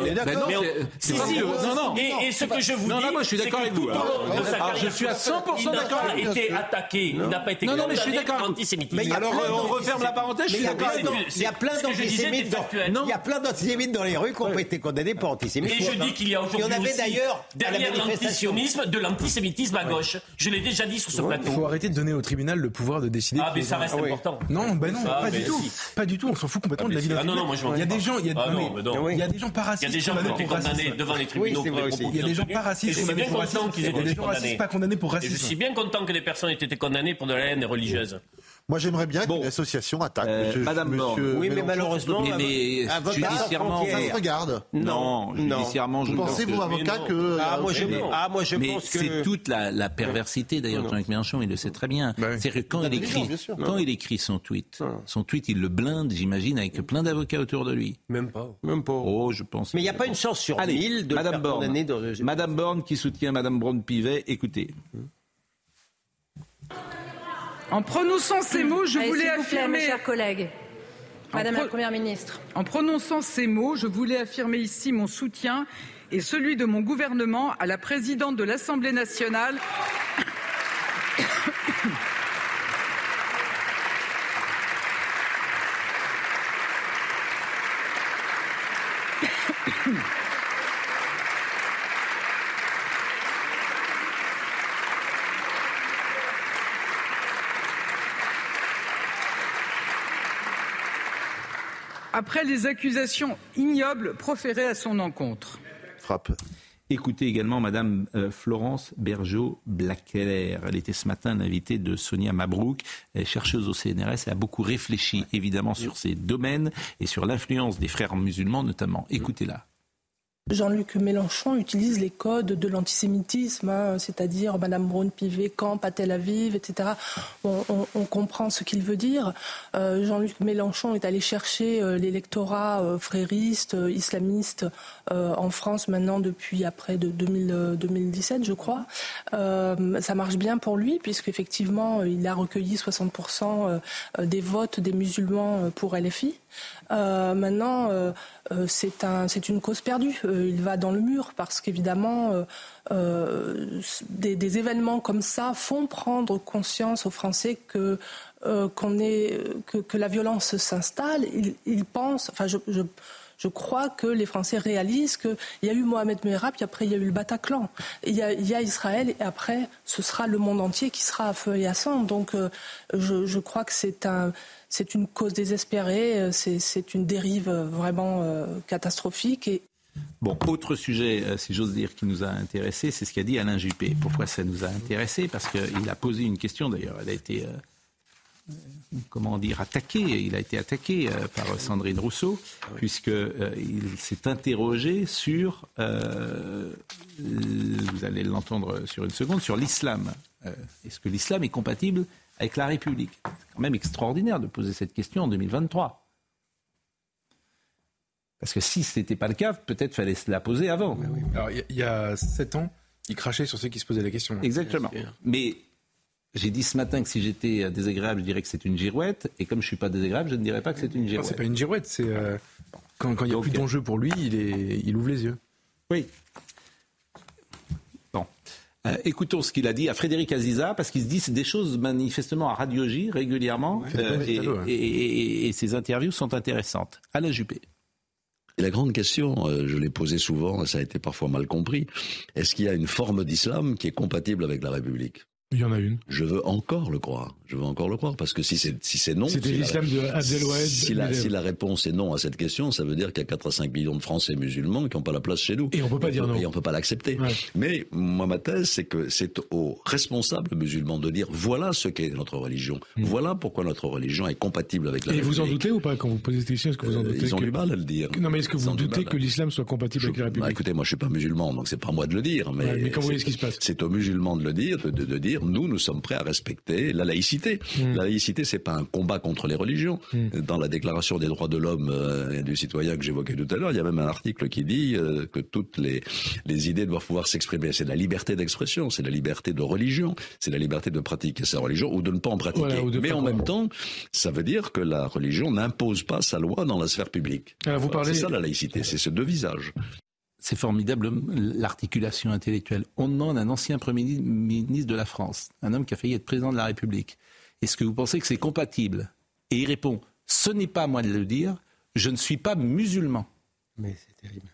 F: Et ce que je vous dis,
B: moi je suis d'accord avec vous. Je suis à 100% d'accord avec vous.
F: Il n'a pas été attaqué, il n'a pas été condamné pour antisémitisme.
B: Alors on referme la parenthèse.
C: Il y a plein d'antisémites dans les rues qui ont été condamnés pour antisémitisme.
F: Et je dis qu'il y a aujourd'hui aussi derrière l'antisionisme de l'antisémitisme à gauche. Je l'ai déjà dit sur ce plateau.
E: Il faut arrêter de donner au tribunal le pouvoir de décider.
F: Ah mais ça reste important.
E: Non, pas du tout. On s'en fout complètement de la vie d'un tribunal. Il y a des gens, il y a des gens pas racistes.
F: Il y a des gens qui ont été condamnés devant les tribunaux.
E: Il y a des gens pas racistes condamnés pour racisme. Il y a des gens racistes pas condamnés pour racisme.
F: Je suis bien content que les personnes aient été condamnées pour de la haine religieuse.
D: Moi, j'aimerais bien qu'une association attaque
B: Madame Borne.
C: Oui, mais malheureusement,
B: mais judiciairement,
D: ça se regarde.
B: Non, judiciairement, je pense.
D: Pensez-vous, avocat, que
C: moi, je pense que
B: c'est toute la perversité d'ailleurs de Jean-Luc Mélenchon, il le sait très bien. C'est que quand il écrit son tweet, il le blinde, j'imagine, avec plein d'avocats autour de lui.
F: Même pas.
B: Oh, je pense.
C: Mais il n'y a pas une chance sur 1000 de Madame Borne.
B: Madame Borne qui soutient Madame Braun-Pivet, écoutez.
H: En prononçant ces mots, je voulais affirmer,
I: mes chers collègues, Madame la Première ministre.
H: En prononçant ces mots, je voulais affirmer ici mon soutien et celui de mon gouvernement à la présidente de l'Assemblée nationale. Après les accusations ignobles proférées à son encontre.
D: Frappe.
B: Écoutez également Madame Florence Bergeau-Blackler. Elle était ce matin l'invitée de Sonia Mabrouk, chercheuse au CNRS. Elle a beaucoup réfléchi évidemment sur ces domaines et sur l'influence des frères musulmans notamment. Écoutez-la.
N: Jean-Luc Mélenchon utilise les codes de l'antisémitisme, c'est-à-dire Madame Braun-Pivet campe à Tel Aviv, etc. On comprend ce qu'il veut dire. Jean-Luc Mélenchon est allé chercher l'électorat frériste, islamiste en France maintenant depuis après 2017, je crois. Ça marche bien pour lui puisqu'effectivement il a recueilli 60% des votes des musulmans pour LFI. Maintenant, c'est une cause perdue. Il va dans le mur parce qu'évidemment, des événements comme ça font prendre conscience aux Français que la violence s'installe. Ils pensent, enfin, je crois que les Français réalisent qu'il y a eu Mohamed Merah, puis après il y a eu le Bataclan. Il y a Israël, et après ce sera le monde entier qui sera à feu et à sang. Donc je crois que c'est une cause désespérée, c'est une dérive vraiment catastrophique.
B: Bon, autre sujet, si j'ose dire, qui nous a intéressés, c'est ce qu'a dit Alain Juppé. Pourquoi ça nous a intéressés? Parce qu'il a posé une question, d'ailleurs, elle a été... attaqué. Il a été attaqué par Sandrine Rousseau, puisqu'il s'est interrogé sur, vous allez l'entendre sur une seconde, sur l'islam. Est-ce que l'islam est compatible avec la République? C'est quand même extraordinaire de poser cette question en 2023. Parce que si ce n'était pas le cas, peut-être fallait se la poser avant.
E: Oui. Alors, il y a 7 ans, il crachait sur ceux qui se posaient la question.
B: Exactement. Mais... j'ai dit ce matin que si j'étais désagréable, je dirais que c'est une girouette. Et comme je ne suis pas désagréable, je ne dirais pas que c'est une girouette.
E: Non, c'est pas une girouette. C'est quand il n'y a plus d'enjeu pour lui, il ouvre les yeux.
B: Oui. Bon. Écoutons ce qu'il a dit à Frédéric Aziza, parce qu'il se dit des choses manifestement à Radio J régulièrement. Et ses interviews sont intéressantes. Alain Juppé.
O: Et la grande question, je l'ai posée souvent, ça a été parfois mal compris, est-ce qu'il y a une forme d'islam qui est compatible avec la République ?
E: Il y en a une.
O: Je veux encore le croire. Parce que si c'est non...
E: C'était l'islam de Abdelwahid.
O: Si la réponse est non à cette question, ça veut dire qu'il y a 4 à 5 millions de Français musulmans qui n'ont pas la place chez nous.
E: Et on peut pas dire non.
O: Et on peut pas l'accepter. Ouais. Mais moi, ma thèse, c'est que c'est aux responsables musulmans de dire voilà ce qu'est notre religion. Voilà pourquoi notre religion est compatible avec la République.
E: Et vous en doutez ou pas quand vous posez cette question? Est-ce que vous en doutez
O: Ils ont du mal à le dire.
E: Non, mais est-ce que vous doutez que l'islam soit compatible avec la République?
O: Écoutez, moi je suis pas musulman, donc c'est pas à moi de le dire. Mais
E: quand vous voyez ce qui se passe,
O: c'est aux musulmans de le dire, de dire nous sommes prêts à respecter la laïcité. La laïcité, c'est pas un combat contre les religions. Dans la Déclaration des droits de l'homme et du citoyen que j'évoquais tout à l'heure, il y a même un article qui dit que toutes les idées doivent pouvoir s'exprimer. C'est la liberté d'expression, c'est la liberté de religion, c'est la liberté de pratiquer sa religion ou de ne pas en pratiquer. Voilà, mais en même temps, ça veut dire que la religion n'impose pas sa loi dans la sphère publique.
E: Alors vous parlez...
O: C'est ça la laïcité, c'est ces deux visages.
B: C'est formidable, l'articulation intellectuelle. On demande à un ancien Premier ministre de la France, un homme qui a failli être président de la République. Est-ce que vous pensez que c'est compatible? Et il répond, ce n'est pas à moi de le dire, je ne suis pas musulman.
C: Mais c'est terrible.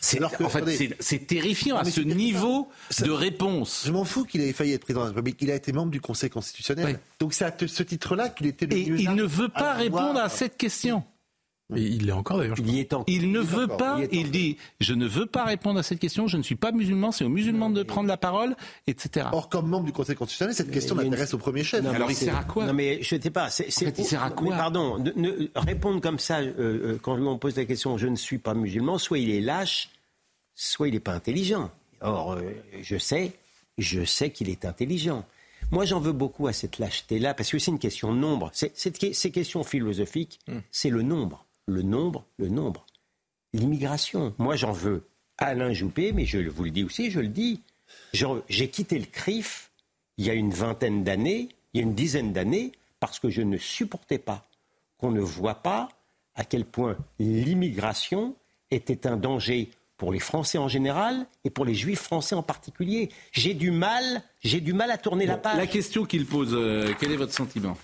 B: C'est terrifiant à ce niveau de réponse.
D: Je m'en fous qu'il ait failli être président de la République. Il a été membre du Conseil constitutionnel. Oui. Donc c'est à ce titre-là qu'il était le mieux.
B: Et il ne veut pas répondre à cette question.
E: Et il l'est encore d'ailleurs.
B: Il ne veut pas, il dit, je ne veux pas répondre à cette question, je ne suis pas musulman, c'est aux musulmans de prendre la parole, etc.
D: Or, comme membre du Conseil constitutionnel, cette question m'intéresse au premier chef.
C: Non,
B: alors il sert à quoi?
C: Non mais je ne sais pas.
B: Il sert à quoi?
C: Pardon, répondre comme ça, quand on pose la question, je ne suis pas musulman, soit il est lâche, soit il n'est pas intelligent. Or, je sais qu'il est intelligent. Moi, j'en veux beaucoup à cette lâcheté-là, parce que c'est une question de nombre. Ces questions philosophiques, c'est le nombre. Le nombre. L'immigration. Moi, j'en veux à Alain Juppé, mais je vous le dis aussi, je le dis. J'ai quitté le CRIF il y a une dizaine d'années, parce que je ne supportais pas qu'on ne voit pas à quel point l'immigration était un danger pour les Français en général et pour les Juifs français en particulier. J'ai du mal à tourner la page.
B: La question qu'il pose, quel est votre sentiment?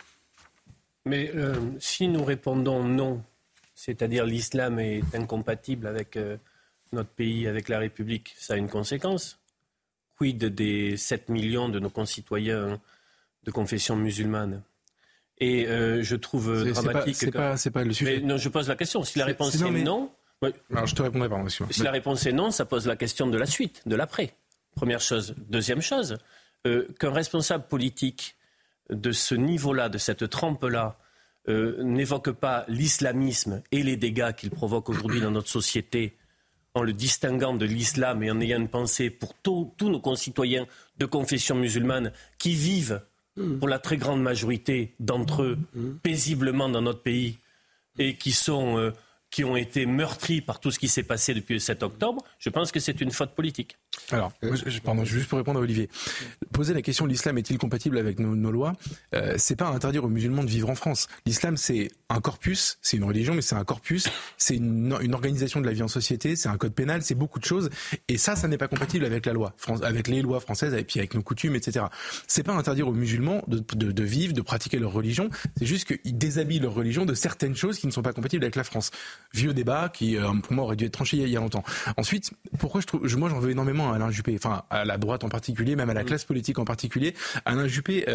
F: Mais si nous répondons non, c'est-à-dire l'islam est incompatible avec notre pays, avec la République, ça a une conséquence. Quid des 7 millions de nos concitoyens de confession musulmane? Et je trouve dramatique...
E: C'est pas le sujet.
F: Mais non, je pose la question. Si la réponse est non... Oui.
E: Alors je te répondrai, pardon.
F: Si la réponse est non, ça pose la question de la suite, de l'après. Première chose. Deuxième chose, qu'un responsable politique de ce niveau-là, de cette trempe-là, n'évoque pas l'islamisme et les dégâts qu'il provoque aujourd'hui dans notre société, en le distinguant de l'islam et en ayant une pensée pour tous nos concitoyens de confession musulmane qui vivent, pour la très grande majorité d'entre eux, paisiblement dans notre pays et qui ont été meurtris par tout ce qui s'est passé depuis le 7 octobre, je pense que c'est une faute politique.
E: Alors, juste pour répondre à Olivier. Poser la question, l'islam est-il compatible avec nos lois? C'est pas interdire aux musulmans de vivre en France. L'islam, c'est un corpus, c'est une religion, mais c'est un corpus, c'est une organisation de la vie en société, c'est un code pénal, c'est beaucoup de choses. Et ça n'est pas compatible avec la loi, avec les lois françaises, et puis avec nos coutumes, etc. C'est pas interdire aux musulmans de vivre, de pratiquer leur religion. C'est juste qu'ils déshabillent leur religion de certaines choses qui ne sont pas compatibles avec la France. Vieux débat qui, pour moi, aurait dû être tranché il y a longtemps. Ensuite, pourquoi moi j'en veux énormément à Alain Juppé, enfin à la droite en particulier, même à la classe politique en particulier, Alain Juppé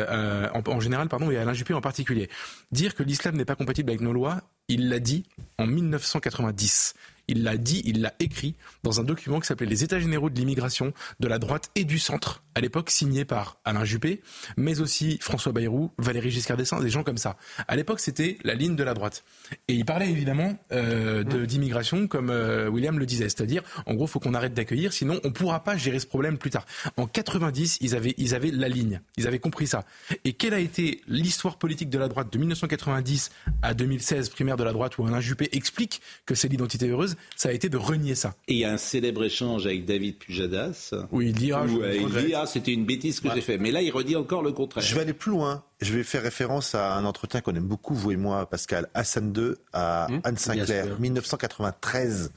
E: en général, et Alain Juppé en particulier. Dire que l'islam n'est pas compatible avec nos lois, il l'a dit en 1990. Il l'a écrit dans un document qui s'appelait Les États généraux de l'immigration de la droite et du centre, à l'époque signé par Alain Juppé, mais aussi François Bayrou, Valéry Giscard d'Estaing, des gens comme ça. À l'époque, c'était la ligne de la droite. Et il parlait évidemment d'immigration comme William le disait, c'est-à-dire, en gros, il faut qu'on arrête d'accueillir, sinon on ne pourra pas gérer ce problème plus tard. En 90, ils avaient la ligne, ils avaient compris ça. Et quelle a été l'histoire politique de la droite de 1990 à 2016, primaire de la droite, où Alain Juppé explique que c'est l'identité heureuse? Ça a été de renier ça.
B: Et il y a un célèbre échange avec David Pujadas
E: où il dit
B: c'était une bêtise que j'ai fait. Mais là, il redit encore le contraire.
D: Je vais aller plus loin. Je vais faire référence à un entretien qu'on aime beaucoup, vous et moi, Pascal, Hassan II à Anne Sinclair, 1993.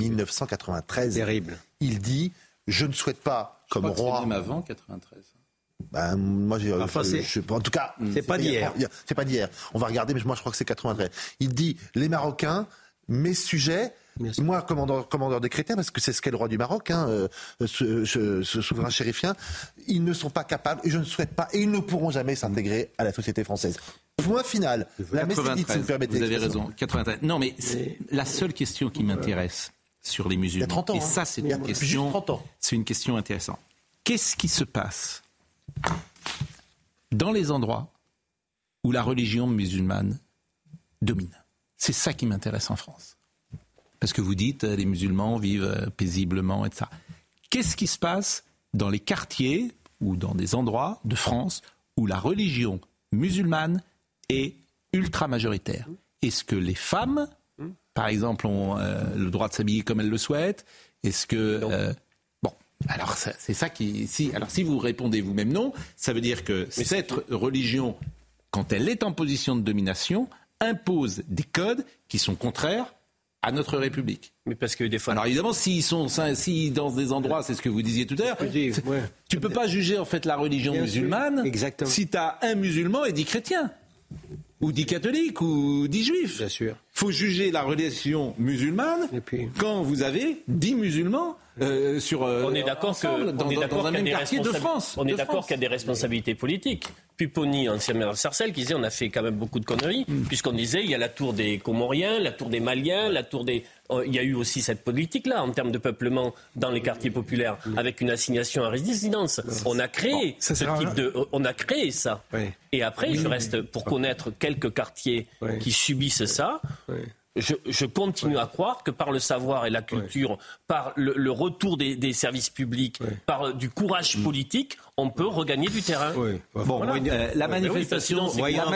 D: 1993.
C: Terrible.
D: Il dit « Je ne souhaite pas, comme roi... »
B: C'est même avant 93.
D: Moi, en tout cas,
C: c'est pas d'hier.
D: C'est pas d'hier. On va regarder, mais moi, je crois que c'est 93. Il dit « Les Marocains, mes sujets... » Moi, commandeur des chrétiens, parce que c'est ce qu'est le roi du Maroc, ce souverain chérifien, ils ne sont pas capables, et je ne souhaite pas, et ils ne pourront jamais s'intégrer à la société française. Point final. La messédite, si vous permettez.
B: Vous avez raison. 93. Non, mais la seule question qui m'intéresse sur les musulmans, il y a 30 ans, et ça, c'est une question intéressante. Qu'est-ce qui se passe dans les endroits où la religion musulmane domine? C'est ça qui m'intéresse en France. Parce que vous dites, les musulmans vivent paisiblement, etc. Qu'est-ce qui se passe dans les quartiers ou dans des endroits de France où la religion musulmane est ultra majoritaire? Est-ce que les femmes, par exemple, ont le droit de s'habiller comme elles le souhaitent? Est-ce que... alors c'est ça qui... Si vous répondez vous-même non, ça veut dire que cette religion, quand elle est en position de domination, impose des codes qui sont contraires à notre République.
F: Mais parce que des fois...
B: Alors évidemment, s'ils dans des endroits, c'est ce que vous disiez tout à l'heure, tu peux pas juger en fait la religion musulmane si tu as un musulman et 10 chrétiens, ou 10 catholiques, ou 10 juifs.
C: Bien sûr.
B: Faut juger la religion musulmane quand vous avez 10 musulmans
F: on est d'accord
B: dans un même quartier de France.
F: On est d'accord qu'il y a des responsabilités politiques. Pupponi, ancien maire de Sarcelles, qui disait on a fait quand même beaucoup de conneries, puisqu'on disait il y a la tour des Comoriens, la tour des Maliens, la tour des... Il y a eu aussi cette politique-là en termes de peuplement dans les quartiers populaires, avec une assignation à résidence. On a créé on a créé ça. Et après, je reste pour connaître quelques quartiers qui subissent ça. Je continue à croire que par le savoir et la culture, par le retour des services publics, par du courage politique, on peut regagner du terrain.
B: La manifestation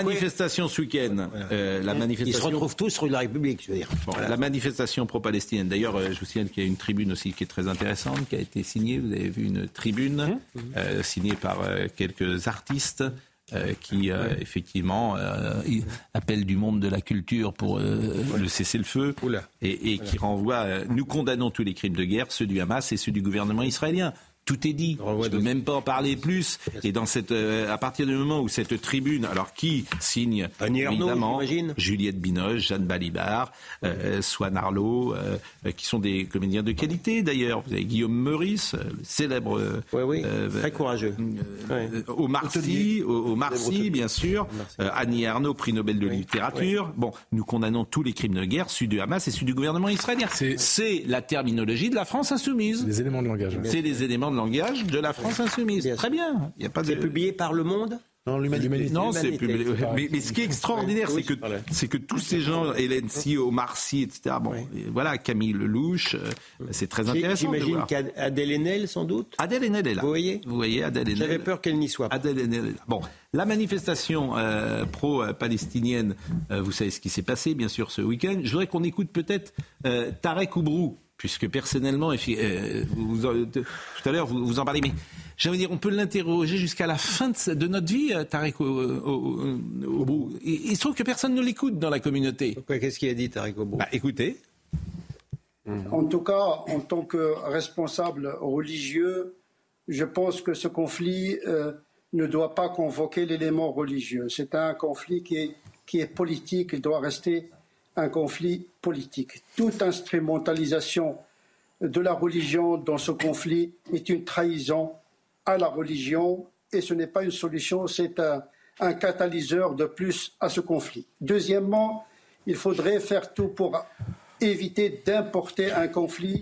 B: ce week-end,
C: ils se retrouvent tous rue de la République, je veux dire.
B: La manifestation pro-palestinienne. D'ailleurs, je vous signale qu'il y a une tribune aussi qui est très intéressante, qui a été signée. Vous avez vu une tribune signée par quelques artistes. Qui effectivement appelle du monde de la culture pour le cessez-le-feu et qui renvoie. Nous condamnons tous les crimes de guerre, ceux du Hamas et ceux du gouvernement israélien. Tout est dit. Je ne peux même pas en parler plus. Et dans à partir du moment où cette tribune, alors qui signe évidemment Juliette Binoche, Jeanne Balibar, Swan Arlo, qui sont des comédiens de qualité d'ailleurs. Vous avez Guillaume Meurice, le célèbre
C: très courageux.
B: Omar Sy, bien sûr. Annie Ernaux, prix Nobel de littérature. Bon, nous condamnons tous les crimes de guerre, ceux du Hamas et ceux du gouvernement israélien. C'est la terminologie de la France insoumise.
E: Les éléments de langage.
B: C'est les éléments de langage de la France insoumise. Très bien.
C: C'est publié par Le Monde ?
B: Non, l'Humanité. Non, c'est publié. Mais ce qui est extraordinaire, c'est que tous ces gens, Hélène Sy, Omar Sy, etc. Voilà, Camille Lelouch, c'est très intéressant.
C: J'imagine qu'Adèle Haenel, sans doute.
B: Adèle Haenel est là.
C: Vous voyez,
B: Adèle Haenel.
C: J'avais peur qu'elle n'y soit pas.
B: Adèle Haenel est là. Bon, la manifestation pro-palestinienne, vous savez ce qui s'est passé, bien sûr, ce week-end. Je voudrais qu'on écoute peut-être Tarek Oubrou. Puisque personnellement, tout à l'heure, vous en parlez, mais j'ai envie de dire, on peut l'interroger jusqu'à la fin de notre vie, Tarek Oubrou. Il se trouve que personne ne l'écoute dans la communauté.
C: Qu'est-ce qu'il a dit, Tarek Oubrou ?
B: Écoutez.
P: En tout cas, en tant que responsable religieux, je pense que ce conflit ne doit pas convoquer l'élément religieux. C'est un conflit qui est politique, il doit rester un conflit politique. Toute instrumentalisation de la religion dans ce conflit est une trahison à la religion et ce n'est pas une solution, c'est un catalyseur de plus à ce conflit. Deuxièmement, il faudrait faire tout pour éviter d'importer un conflit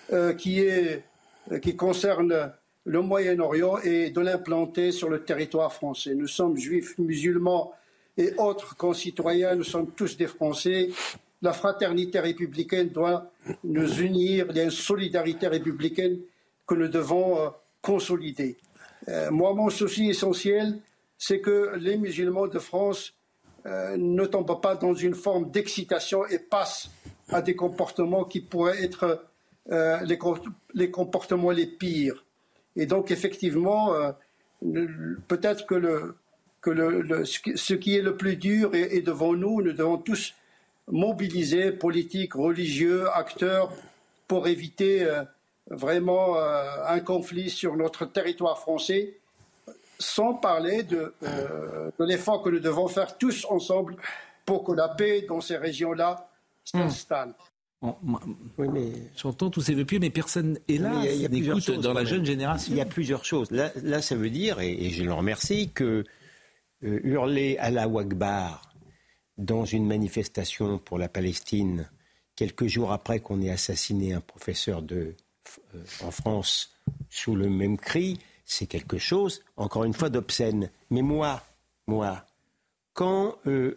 P: qui concerne le Moyen-Orient et de l'implanter sur le territoire français. Nous sommes juifs, musulmans et autres concitoyens, nous sommes tous des Français. La fraternité républicaine doit nous unir. Il y a une solidarité républicaine que nous devons consolider. Moi, mon souci essentiel, c'est que les musulmans de France ne tombent pas dans une forme d'excitation et passent à des comportements qui pourraient être les comportements les pires. Et donc, effectivement, peut-être que ce qui est le plus dur est devant nous. Nous devons tous mobiliser, politiques, religieux, acteurs, pour éviter vraiment un conflit sur notre territoire français, sans parler de l'effort que nous devons faire tous ensemble pour que la paix dans ces régions-là s'installe.
J: J'entends tous ces vœux pieux, mais personne est là, n'écoute dans la jeune génération.
C: Il y a plusieurs choses. Là ça veut dire, et je le remercie, que hurler Allahu Akbar dans une manifestation pour la Palestine, quelques jours après qu'on ait assassiné un professeur en France sous le même cri, c'est quelque chose, encore une fois, d'obscène. Mais moi, quand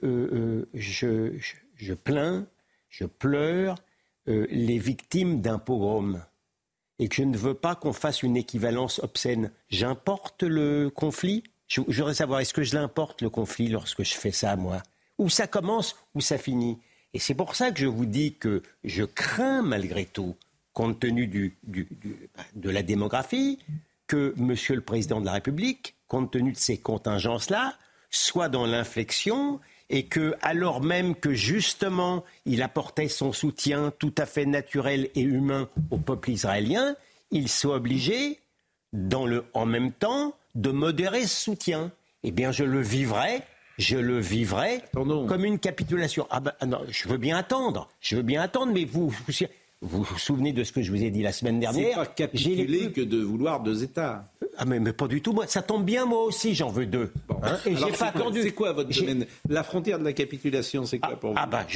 C: je plains, je pleure les victimes d'un pogrom et que je ne veux pas qu'on fasse une équivalence obscène, j'importe le conflit. Je voudrais savoir, est-ce que je l'importe, le conflit, lorsque je fais ça, moi ? Où ça commence, où ça finit ? Et c'est pour ça que je vous dis que je crains, malgré tout, compte tenu de la démographie, que Monsieur le Président de la République, compte tenu de ces contingences-là, soit dans l'inflexion et que, alors même que justement il apportait son soutien tout à fait naturel et humain au peuple israélien, il soit obligé, en même temps, de modérer ce soutien. Eh bien, je le vivrai comme une capitulation. Non, je veux bien attendre, mais vous vous souvenez de ce que je vous ai dit la semaine dernière.
J: C'est pas capituler que de vouloir 2 États.
C: Mais pas du tout. Moi, ça tombe bien, moi aussi, j'en veux 2.
J: Bon. Et j'ai pas attendu. C'est quoi votre domaine ? La frontière de la capitulation, c'est quoi pour vous ?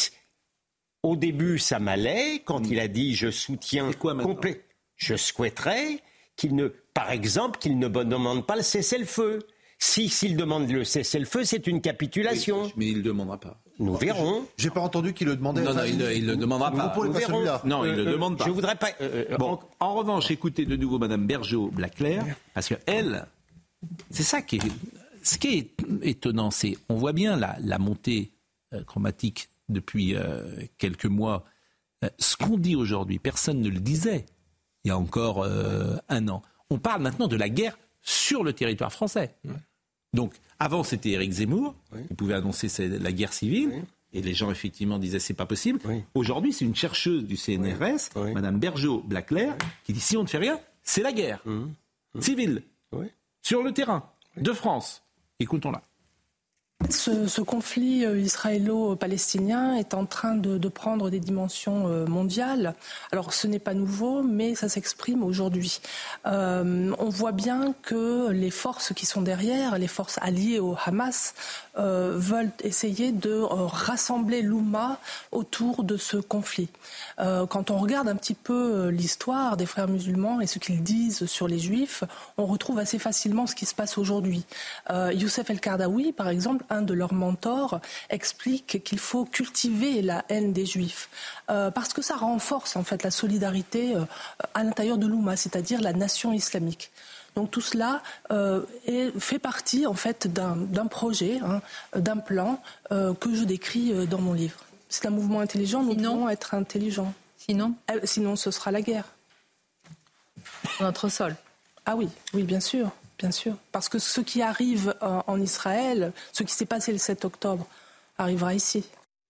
C: Au début, ça m'allait quand il a dit je soutiens complet. Je souhaiterais qu'il ne demande pas le cessez-le-feu. S'il demande le cessez-le-feu, c'est une capitulation.
J: Oui, mais il ne le demandera pas.
C: Nous verrons.
D: J'ai pas entendu qu'il le demandait.
J: Non, il ne le demandera pas.
D: Nous verrons.
J: Non, il ne le demande pas.
C: Je voudrais pas.
J: En revanche, écoutez de nouveau Madame Bergeau-Blaclair, parce que elle, c'est ça qui est étonnant, c'est on voit bien la montée chromatique depuis quelques mois. Ce qu'on dit aujourd'hui, personne ne le disait il y a encore 1 an. On parle maintenant de la guerre sur le territoire français. Ouais. Donc, avant, c'était Éric Zemmour, qui pouvait annoncer la guerre civile, et les gens, effectivement, disaient c'est pas possible. Oui. Aujourd'hui, c'est une chercheuse du CNRS, Madame Bergeau-Blaclair, qui dit si on ne fait rien, c'est la guerre civile, sur le terrain de France. Écoutons-la.
N: Ce conflit israélo-palestinien est en train de prendre des dimensions mondiales. Alors ce n'est pas nouveau, mais ça s'exprime aujourd'hui. On voit bien que les forces qui sont derrière, les forces alliées au Hamas, veulent essayer de rassembler l'Oumma autour de ce conflit. Quand on regarde un petit peu l'histoire des frères musulmans et ce qu'ils disent sur les juifs, on retrouve assez facilement ce qui se passe aujourd'hui. Youssef El-Kardaoui, par exemple, un de leurs mentors, explique qu'il faut cultiver la haine des juifs parce que ça renforce en fait la solidarité à l'intérieur de l'Oumma, c'est-à-dire la nation islamique. Donc tout cela fait partie en fait d'un projet, d'un plan que je décris dans mon livre. C'est un mouvement intelligent, nous devons être intelligents. Sinon ce sera la guerre.
I: Sur notre sol.
N: Ah oui, bien sûr. Bien sûr, parce que ce qui arrive en Israël, ce qui s'est passé le 7 octobre, arrivera ici.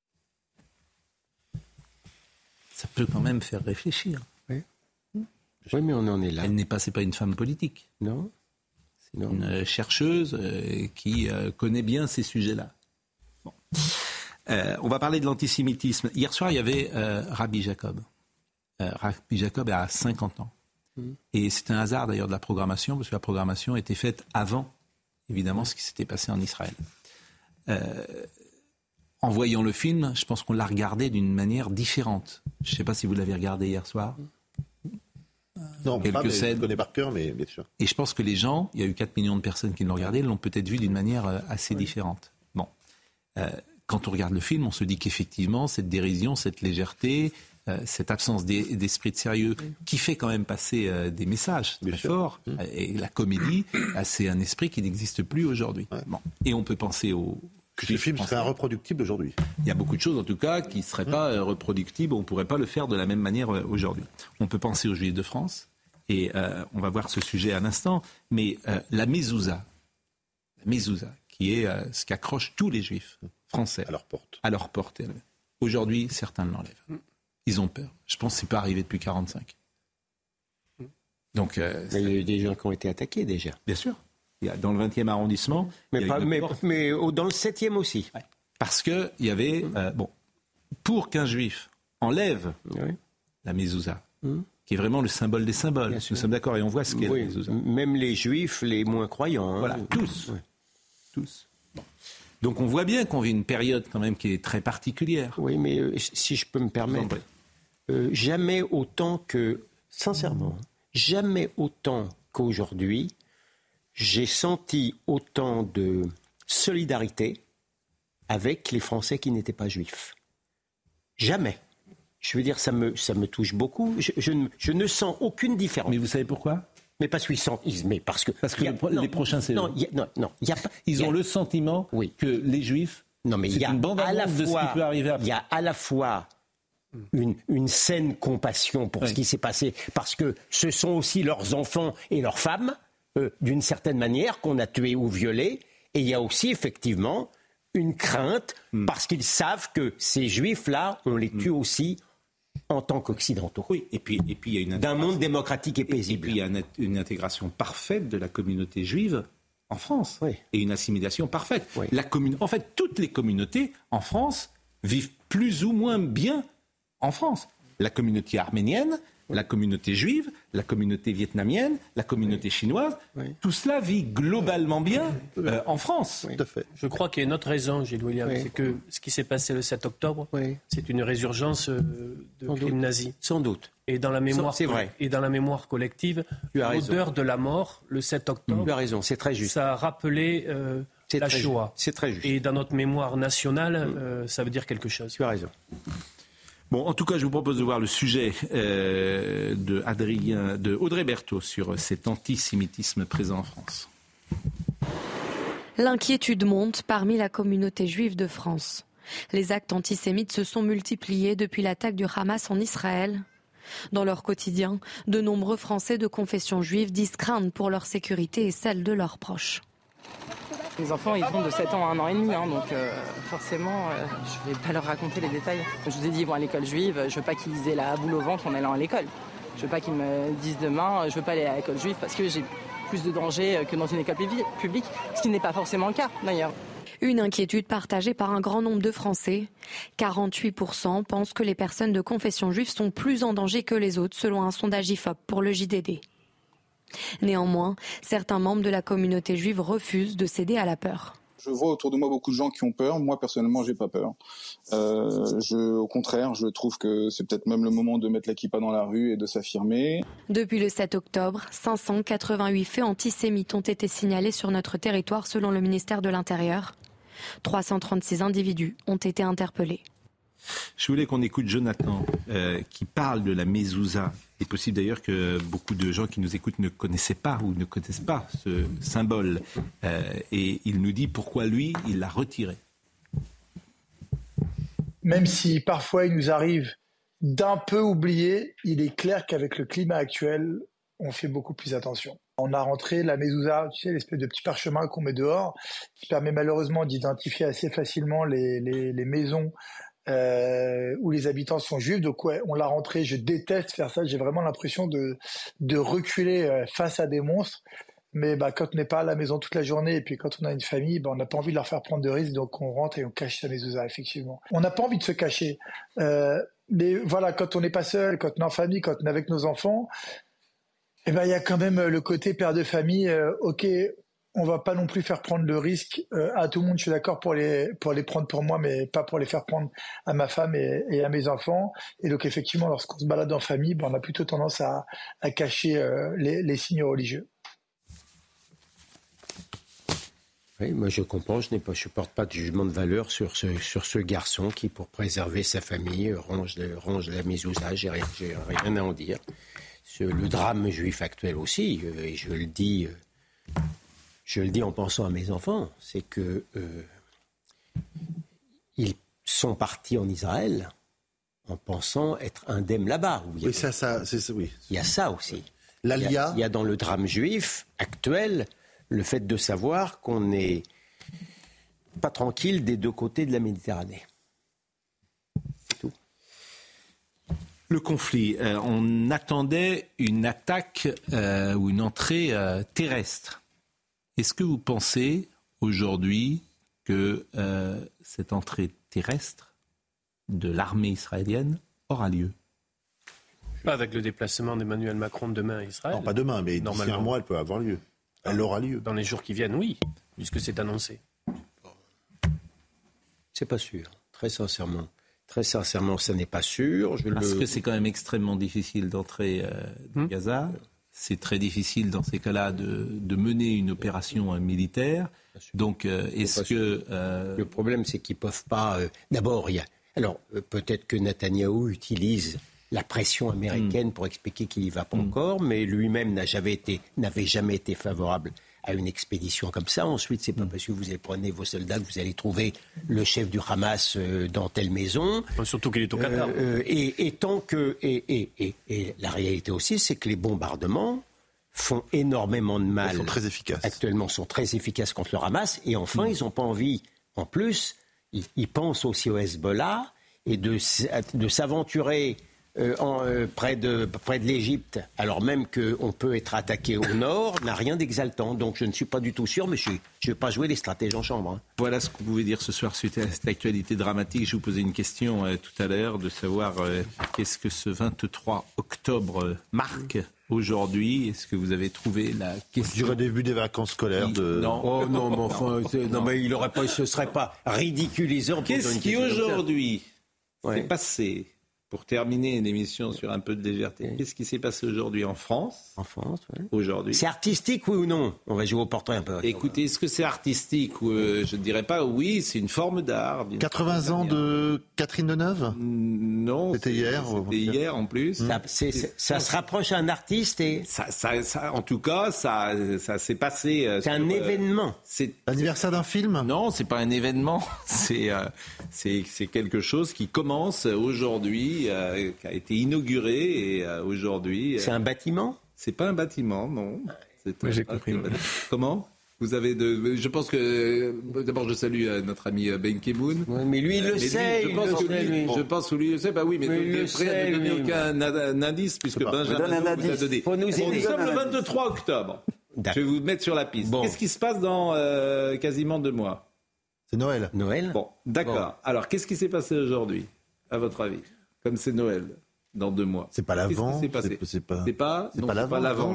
J: Ça peut quand même faire réfléchir.
C: Oui, mais on en est là.
J: C'est pas une femme politique.
C: Non.
J: C'est une chercheuse qui connaît bien ces sujets-là. Bon. On va parler de l'antisémitisme. Hier soir, il y avait Rabbi Jacob. Rabbi Jacob a 50 ans. Et c'est un hasard d'ailleurs de la programmation, parce que la programmation était faite avant, évidemment, ce qui s'était passé en Israël. En voyant le film, je pense qu'on l'a regardé d'une manière différente. Je ne sais pas si vous l'avez regardé hier soir.
D: Non, je connais par cœur, mais bien sûr.
J: Et je pense que les gens, il y a eu 4 millions de personnes qui l'ont regardé, l'ont peut-être vu d'une manière assez différente. Bon. Quand on regarde le film, on se dit qu'effectivement, cette dérision, cette légèreté, cette absence d'esprit de sérieux qui fait quand même passer des messages très forts. Et la comédie, c'est un esprit qui n'existe plus aujourd'hui. Ouais. Bon. Et on peut penser
D: que ce film serait reproductible aujourd'hui.
J: Il y a beaucoup de choses, en tout cas, qui ne seraient pas reproductibles. On ne pourrait pas le faire de la même manière aujourd'hui. On peut penser aux Juifs de France, et on va voir ce sujet à l'instant. Mais la mezouza, qui est ce qu'accroche tous les Juifs français à leur porte. Aujourd'hui, certains l'enlèvent. Ils ont peur. Je pense que ce n'est pas arrivé depuis 1945. Donc,
C: il y a eu des gens qui ont été attaqués déjà.
J: Bien sûr. Il y a, dans le 20e arrondissement.
C: Mais dans le 7e aussi.
J: Ouais. Parce qu'il y avait. Pour qu'un juif
B: enlève la mezouza, qui est vraiment le symbole des symboles. Nous sommes d'accord et on voit ce qu'est la mezouza.
C: Même les juifs, les moins croyants.
B: Voilà, tous. Tous. Bon. Donc on voit bien qu'on vit une période quand même qui est très particulière.
C: Oui, mais si je peux me permettre, jamais autant que, sincèrement, jamais autant qu'aujourd'hui, j'ai senti autant de solidarité avec les Français qui n'étaient pas juifs. Jamais. Je veux dire, ça me touche beaucoup. Je ne sens aucune différence.
B: Mais vous savez pourquoi ?
C: Mais parce qu'ils sont, parce que
B: les prochains, c'est ils ont le sentiment que les Juifs.
C: Non, mais il y a à la fois, il y a à la fois une saine compassion pour ce qui s'est passé, parce que ce sont aussi leurs enfants et leurs femmes, d'une certaine manière, qu'on a tués ou violés, et il y a aussi effectivement une crainte, parce qu'ils savent que ces Juifs-là, on les tue aussi en tant qu'occidentaux.
B: Oui, et puis il y a d'un monde démocratique et paisible. Et puis il y a une intégration parfaite de la communauté juive en France, et une assimilation parfaite. Oui. En fait, toutes les communautés en France vivent plus ou moins bien en France. La communauté arménienne, la communauté juive, la communauté vietnamienne, la communauté chinoise, tout cela vit globalement bien en France.
D: Tout à fait.
F: Je crois qu'il y a une autre raison, Gilles William, c'est que ce qui s'est passé le 7 octobre, c'est une résurgence de crimes nazis.
C: Sans doute.
F: Et dans la mémoire, collective, l'odeur de la mort, le 7 octobre,
C: tu as raison, c'est très juste.
F: Ça a rappelé la Shoah.
C: C'est très juste.
F: Et dans notre mémoire nationale, ça veut dire quelque chose.
C: Tu as raison.
B: Bon, en tout cas, je vous propose de voir le sujet de Audrey Berthaud sur cet antisémitisme présent en France.
Q: L'inquiétude monte parmi la communauté juive de France. Les actes antisémites se sont multipliés depuis l'attaque du Hamas en Israël. Dans leur quotidien, de nombreux Français de confession juive disent craindre pour leur sécurité et celle de leurs proches.
R: Les enfants, ils vont de 7 ans à 1 an et demi, donc forcément, je ne vais pas leur raconter les détails. Je vous ai dit, ils vont à l'école juive, je ne veux pas qu'ils aient la boule au ventre en allant à l'école. Je ne veux pas qu'ils me disent demain, je ne veux pas aller à l'école juive parce que j'ai plus de danger que dans une école publique, ce qui n'est pas forcément le cas d'ailleurs.
Q: Une inquiétude partagée par un grand nombre de Français. 48% pensent que les personnes de confession juive sont plus en danger que les autres, selon un sondage IFOP pour le JDD. Néanmoins, certains membres de la communauté juive refusent de céder à la peur.
S: Je vois autour de moi beaucoup de gens qui ont peur. Moi, personnellement, j'ai pas peur. Au contraire, je trouve que c'est peut-être même le moment de mettre la kippa dans la rue et de s'affirmer.
Q: Depuis le 7 octobre, 588 faits antisémites ont été signalés sur notre territoire selon le ministère de l'Intérieur. 336 individus ont été interpellés.
B: Je voulais qu'on écoute Jonathan qui parle de la mezouza. Il est possible d'ailleurs que beaucoup de gens qui nous écoutent ne connaissaient pas ou ne connaissent pas ce symbole. Et il nous dit pourquoi lui, il l'a retiré.
T: Même si parfois il nous arrive d'un peu oublier, il est clair qu'avec le climat actuel, on fait beaucoup plus attention. On a rentré la mezouza, tu sais, l'espèce de petit parchemin qu'on met dehors, qui permet malheureusement d'identifier assez facilement les maisons où les habitants sont juifs. Donc ouais, on l'a rentré. Je déteste faire ça. J'ai vraiment l'impression de reculer face à des monstres. Mais quand on n'est pas à la maison toute la journée et puis quand on a une famille, on n'a pas envie de leur faire prendre de risques. Donc on rentre et on cache sa mezouza, effectivement. On n'a pas envie de se cacher. Mais voilà, quand on n'est pas seul, quand on est en famille, quand on est avec nos enfants, il y a quand même le côté père de famille. Ok, on va pas non plus faire prendre le risque à tout le monde. Je suis d'accord pour les prendre pour moi, mais pas pour les faire prendre à ma femme et à mes enfants. Et donc effectivement, lorsqu'on se balade en famille, on a plutôt tendance à cacher les signes religieux.
C: Oui, moi je comprends. Je porte pas de jugement de valeur sur ce garçon qui, pour préserver sa famille, range la mezouza. J'ai rien à en dire. Le drame juif actuel aussi, et je le dis en pensant à mes enfants, c'est que ils sont partis en Israël en pensant être indemnes là-bas.
D: Oui, oui.
C: Il y a ça aussi.
D: Il y
C: a dans le drame juif actuel le fait de savoir qu'on n'est pas tranquille des deux côtés de la Méditerranée. C'est tout.
B: Le conflit, on attendait une attaque ou une entrée terrestre. Est-ce que vous pensez aujourd'hui que cette entrée terrestre de l'armée israélienne aura lieu?
F: Pas avec le déplacement d'Emmanuel Macron demain à Israël.
D: Non, pas demain, mais d'ici un mois, elle peut avoir lieu. Elle aura lieu.
F: Dans les jours qui viennent, oui, puisque c'est annoncé.
C: C'est pas sûr, très sincèrement. Très sincèrement, ça n'est pas sûr.
B: Parce que c'est quand même extrêmement difficile d'entrer dans Gaza. C'est très difficile dans ces cas-là de mener une opération militaire. Donc, est-ce que...
C: Le problème, c'est qu'ils ne peuvent pas... D'abord, alors, peut-être que Netanyahou utilise la pression américaine pour expliquer qu'il n'y va pas encore, mais lui-même n'avait jamais été favorable à une expédition comme ça. Ensuite, c'est pas parce que vous allez prendre vos soldats que vous allez trouver le chef du Hamas dans telle maison.
F: Surtout qu'il est au Qatar.
C: Et tant que... Et la réalité aussi, c'est que les bombardements font énormément de mal.
D: Ils sont très efficaces.
C: Actuellement, sont très efficaces contre le Hamas. Et enfin, ils n'ont pas envie... En plus, ils pensent aussi au Hezbollah et de s'aventurer... près de l'Égypte, alors même qu'on peut être attaqué au nord, n'a rien d'exaltant. Donc je ne suis pas du tout sûr, mais je ne vais pas jouer les stratèges en chambre. Hein.
B: Voilà ce que vous pouvez dire ce soir suite à cette actualité dramatique. Je vous posais une question tout à l'heure de savoir qu'est-ce que ce 23 octobre marque aujourd'hui. Est-ce que vous avez trouvé la question?
D: Je dirais début des vacances scolaires de...
C: Non, non, mais enfin, mais il aurait pas, ce ne serait pas ridiculisant.
B: Qu'est-ce qui aujourd'hui s'est passé? Pour terminer l'émission sur un peu de légèreté, qu'est-ce qui s'est passé aujourd'hui en France?
C: En France, oui.
B: Aujourd'hui.
C: C'est artistique, oui ou non? On va jouer au portrait un peu.
B: Écoutez, est-ce que c'est artistique? Je ne dirais pas oui, c'est une forme d'art.
D: 80 ans de Catherine Deneuve?
B: Non.
D: C'était hier.
B: C'était hier en plus.
C: Ça se rapproche à un artiste et...
B: Ça, en tout cas, ça s'est passé...
C: c'est un événement.
B: C'est
D: l'anniversaire d'un film?
B: Non, c'est pas un événement. C'est quelque chose qui commence aujourd'hui. Qui a été inauguré et aujourd'hui...
C: C'est un bâtiment?
B: C'est pas un bâtiment, non.
E: J'ai compris.
B: Comment? Vous avez je pense que... D'abord, je salue notre ami Ben Ki-moon.
C: Oui, mais lui, il le sait.
B: Je pense que lui, il le sait. Bah oui, mais il est prêt à ne donner aucun indice, puisque Benjamin vous a donné. Nous sommes le 23 octobre. Je vais vous mettre sur la piste. Bon. Qu'est-ce qui se passe dans quasiment 2 mois?
D: C'est Noël.
B: Bon, d'accord. Bon. Alors, qu'est-ce qui s'est passé aujourd'hui, à votre avis? Comme c'est Noël, dans 2 mois.
D: C'est pas l'avant.
B: C'est pas l'avant.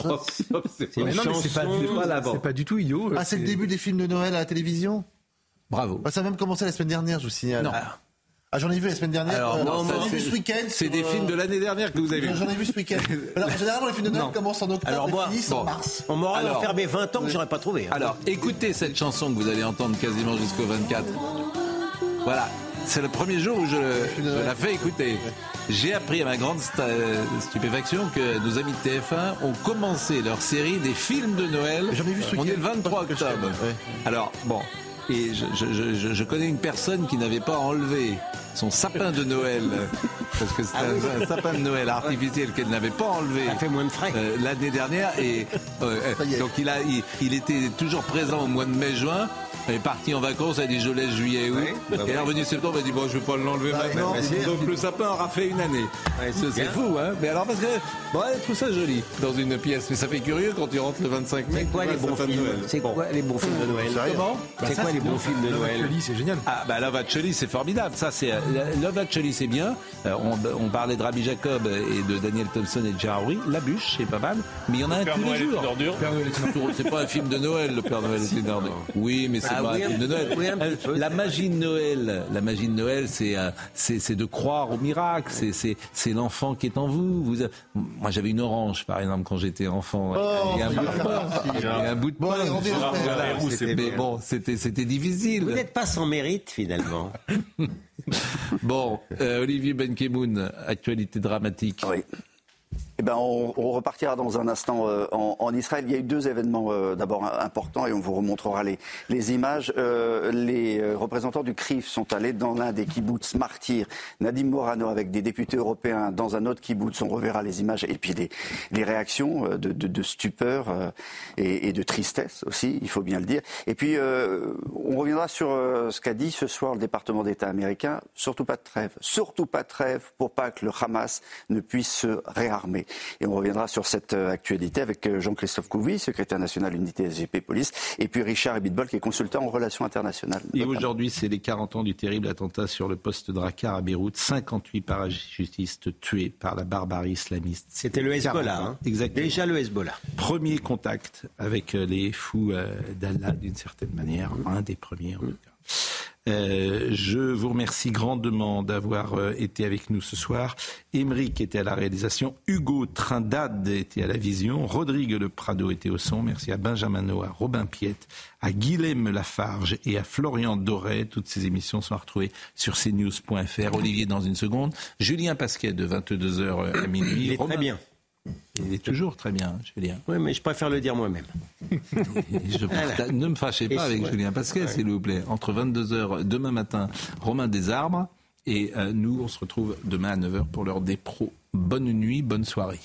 E: C'est pas l'avant. C'est pas du tout idiot.
D: Ah, c'est le début des films de Noël à la télévision?
B: Bravo.
D: Bah, ça a même commencé la semaine dernière, je vous signale.
B: Non.
D: Ah, j'en ai vu la semaine dernière.
B: J'en ai vu
D: ce week-end.
B: C'est des films de l'année dernière que vous avez vus.
D: J'en ai vu ce week-end. Alors, généralement, les films de Noël commencent en octobre et finissent en mars.
C: On m'aurait enfermé 20 ans que j'aurais pas trouvé. Hein.
B: Alors, écoutez cette chanson que vous allez entendre quasiment jusqu'au 24. Voilà. C'est le premier jour où je la fais écouter. J'ai appris à ma grande stupéfaction que nos amis de TF1 ont commencé leur série des films de Noël.
D: J'en ai vu ce week-end.
B: On est le 23 octobre. Ouais. Alors, bon, et je connais une personne qui n'avait pas enlevé son sapin de Noël, parce que c'était un sapin de Noël artificiel qu'elle n'avait pas enlevé.
C: Ça fait moins de frais.
B: L'année dernière, et donc il était toujours présent au mois de mai-juin. Elle est partie en vacances, elle a dit je laisse juillet, août. Et elle est revenue septembre, elle a dit bon, je vais pas l'enlever maintenant. Donc le sapin aura fait une année. C'est fou, hein. Mais alors, parce que elle trouve ça joli dans une pièce. Mais ça fait curieux quand tu rentres le 25 mai.
C: C'est quoi les bons films? C'est quoi les bons films de Noël?
B: Comment?
C: C'est quoi les bons films de Noël?
E: Love Actually, c'est génial.
B: Ah, Love Actually, c'est formidable. Ça, c'est Love Actually, c'est bien. On parlait de Rabbi Jacob et de Daniel Thompson et de Gérard Rouy. La Bûche, c'est pas mal. Mais il y en a un tous les jours. C'est pas un film de Noël, le Père Noël est une ordure. Oui, mais c'est pas un film de Noël. La magie de Noël, c'est de croire au miracle. C'est l'enfant qui est en vous. Moi, j'avais une orange, par exemple, quand j'étais enfant. Et un bout de pain. Mais bon, c'était difficile.
C: Vous n'êtes pas sans mérite, finalement.
B: Bon, Olivier Ben Ki-moon, actualité dramatique.
U: Oui. Eh ben, on repartira dans un instant en Israël. Il y a eu 2 événements d'abord importants et on vous remontrera les images. Les représentants du CRIF sont allés dans l'un des kibboutz martyrs, Nadim Morano, avec des députés européens dans un autre kibboutz. On reverra les images et puis les réactions de stupeur et de tristesse aussi, il faut bien le dire. Et puis on reviendra sur ce qu'a dit ce soir le département d'État américain. Surtout pas de trêve pour pas que le Hamas ne puisse se réarmer. Et on reviendra sur cette actualité avec Jean-Christophe Couvi, secrétaire national unité SGP Police, et puis Richard Ebitbol, qui est consultant en relations internationales.
B: Et aujourd'hui, c'est les 40 ans du terrible attentat sur le poste Drakkar à Beyrouth. 58 parachutistes tués par la barbarie islamiste.
C: C'était le Hezbollah, hein.
B: Exactement.
C: Déjà le Hezbollah.
B: Premier contact avec les fous d'Allah, d'une certaine manière. Un des premiers, en tout cas. Je vous remercie grandement d'avoir été avec nous ce soir. Émeric était à la réalisation, Hugo Trindade était à la vision, Rodrigue Le Prado était au son. Merci à Benjamin Noah, à Robin Piette, à Guilhem Lafarge et à Florian Doré. Toutes ces émissions sont retrouvées sur cnews.fr. Olivier dans une seconde. Julien Pasquet de 22h à minuit.
C: Il est très bien.
B: Il est toujours très bien, Julien.
C: Oui, mais je préfère le dire moi-même.
B: Ne me fâchez pas avec Julien Pasquet, s'il vous plaît. Entre 22h demain matin, Romain Desarbres. Et nous, on se retrouve demain à 9h pour l'heure des pros. Bonne nuit, bonne soirée.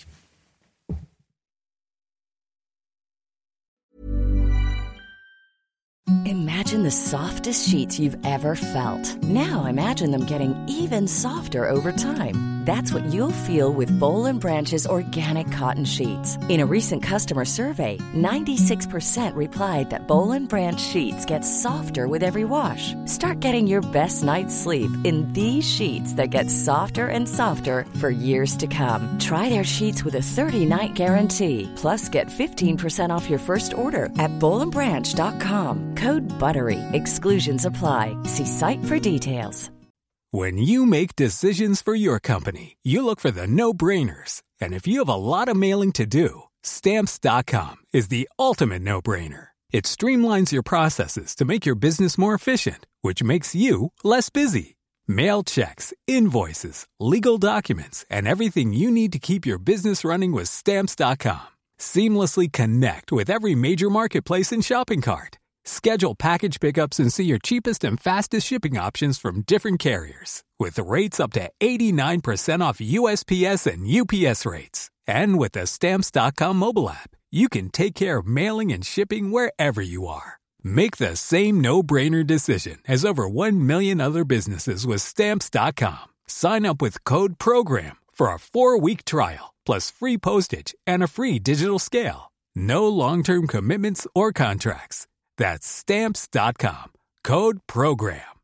A: Imagine the softest sheets you've ever felt. Now imagine them getting even softer over time. That's what you'll feel with Boll & Branch's organic cotton sheets. In a recent customer survey, 96% replied that Boll & Branch sheets get softer with every wash. Start getting your best night's sleep in these sheets that get softer and softer for years to come. Try their sheets with a 30-night guarantee. Plus, get 15% off your first order at bollandbranch.com. Code BUTTERY. Exclusions apply. See site for details.
V: When you make decisions for your company, you look for the no-brainers. And if you have a lot of mailing to do, Stamps.com is the ultimate no-brainer. It streamlines your processes to make your business more efficient, which makes you less busy. Mail checks, invoices, legal documents, and everything you need to keep your business running with Stamps.com. Seamlessly connect with every major marketplace and shopping cart. Schedule package pickups and see your cheapest and fastest shipping options from different carriers. With rates up to 89% off USPS and UPS rates. And with the Stamps.com mobile app, you can take care of mailing and shipping wherever you are. Make the same no-brainer decision as over 1 million other businesses with Stamps.com. Sign up with code PROGRAM for a 4-week trial, plus free postage and a free digital scale. No long-term commitments or contracts. That's Stamps.com. Code PROGRAM.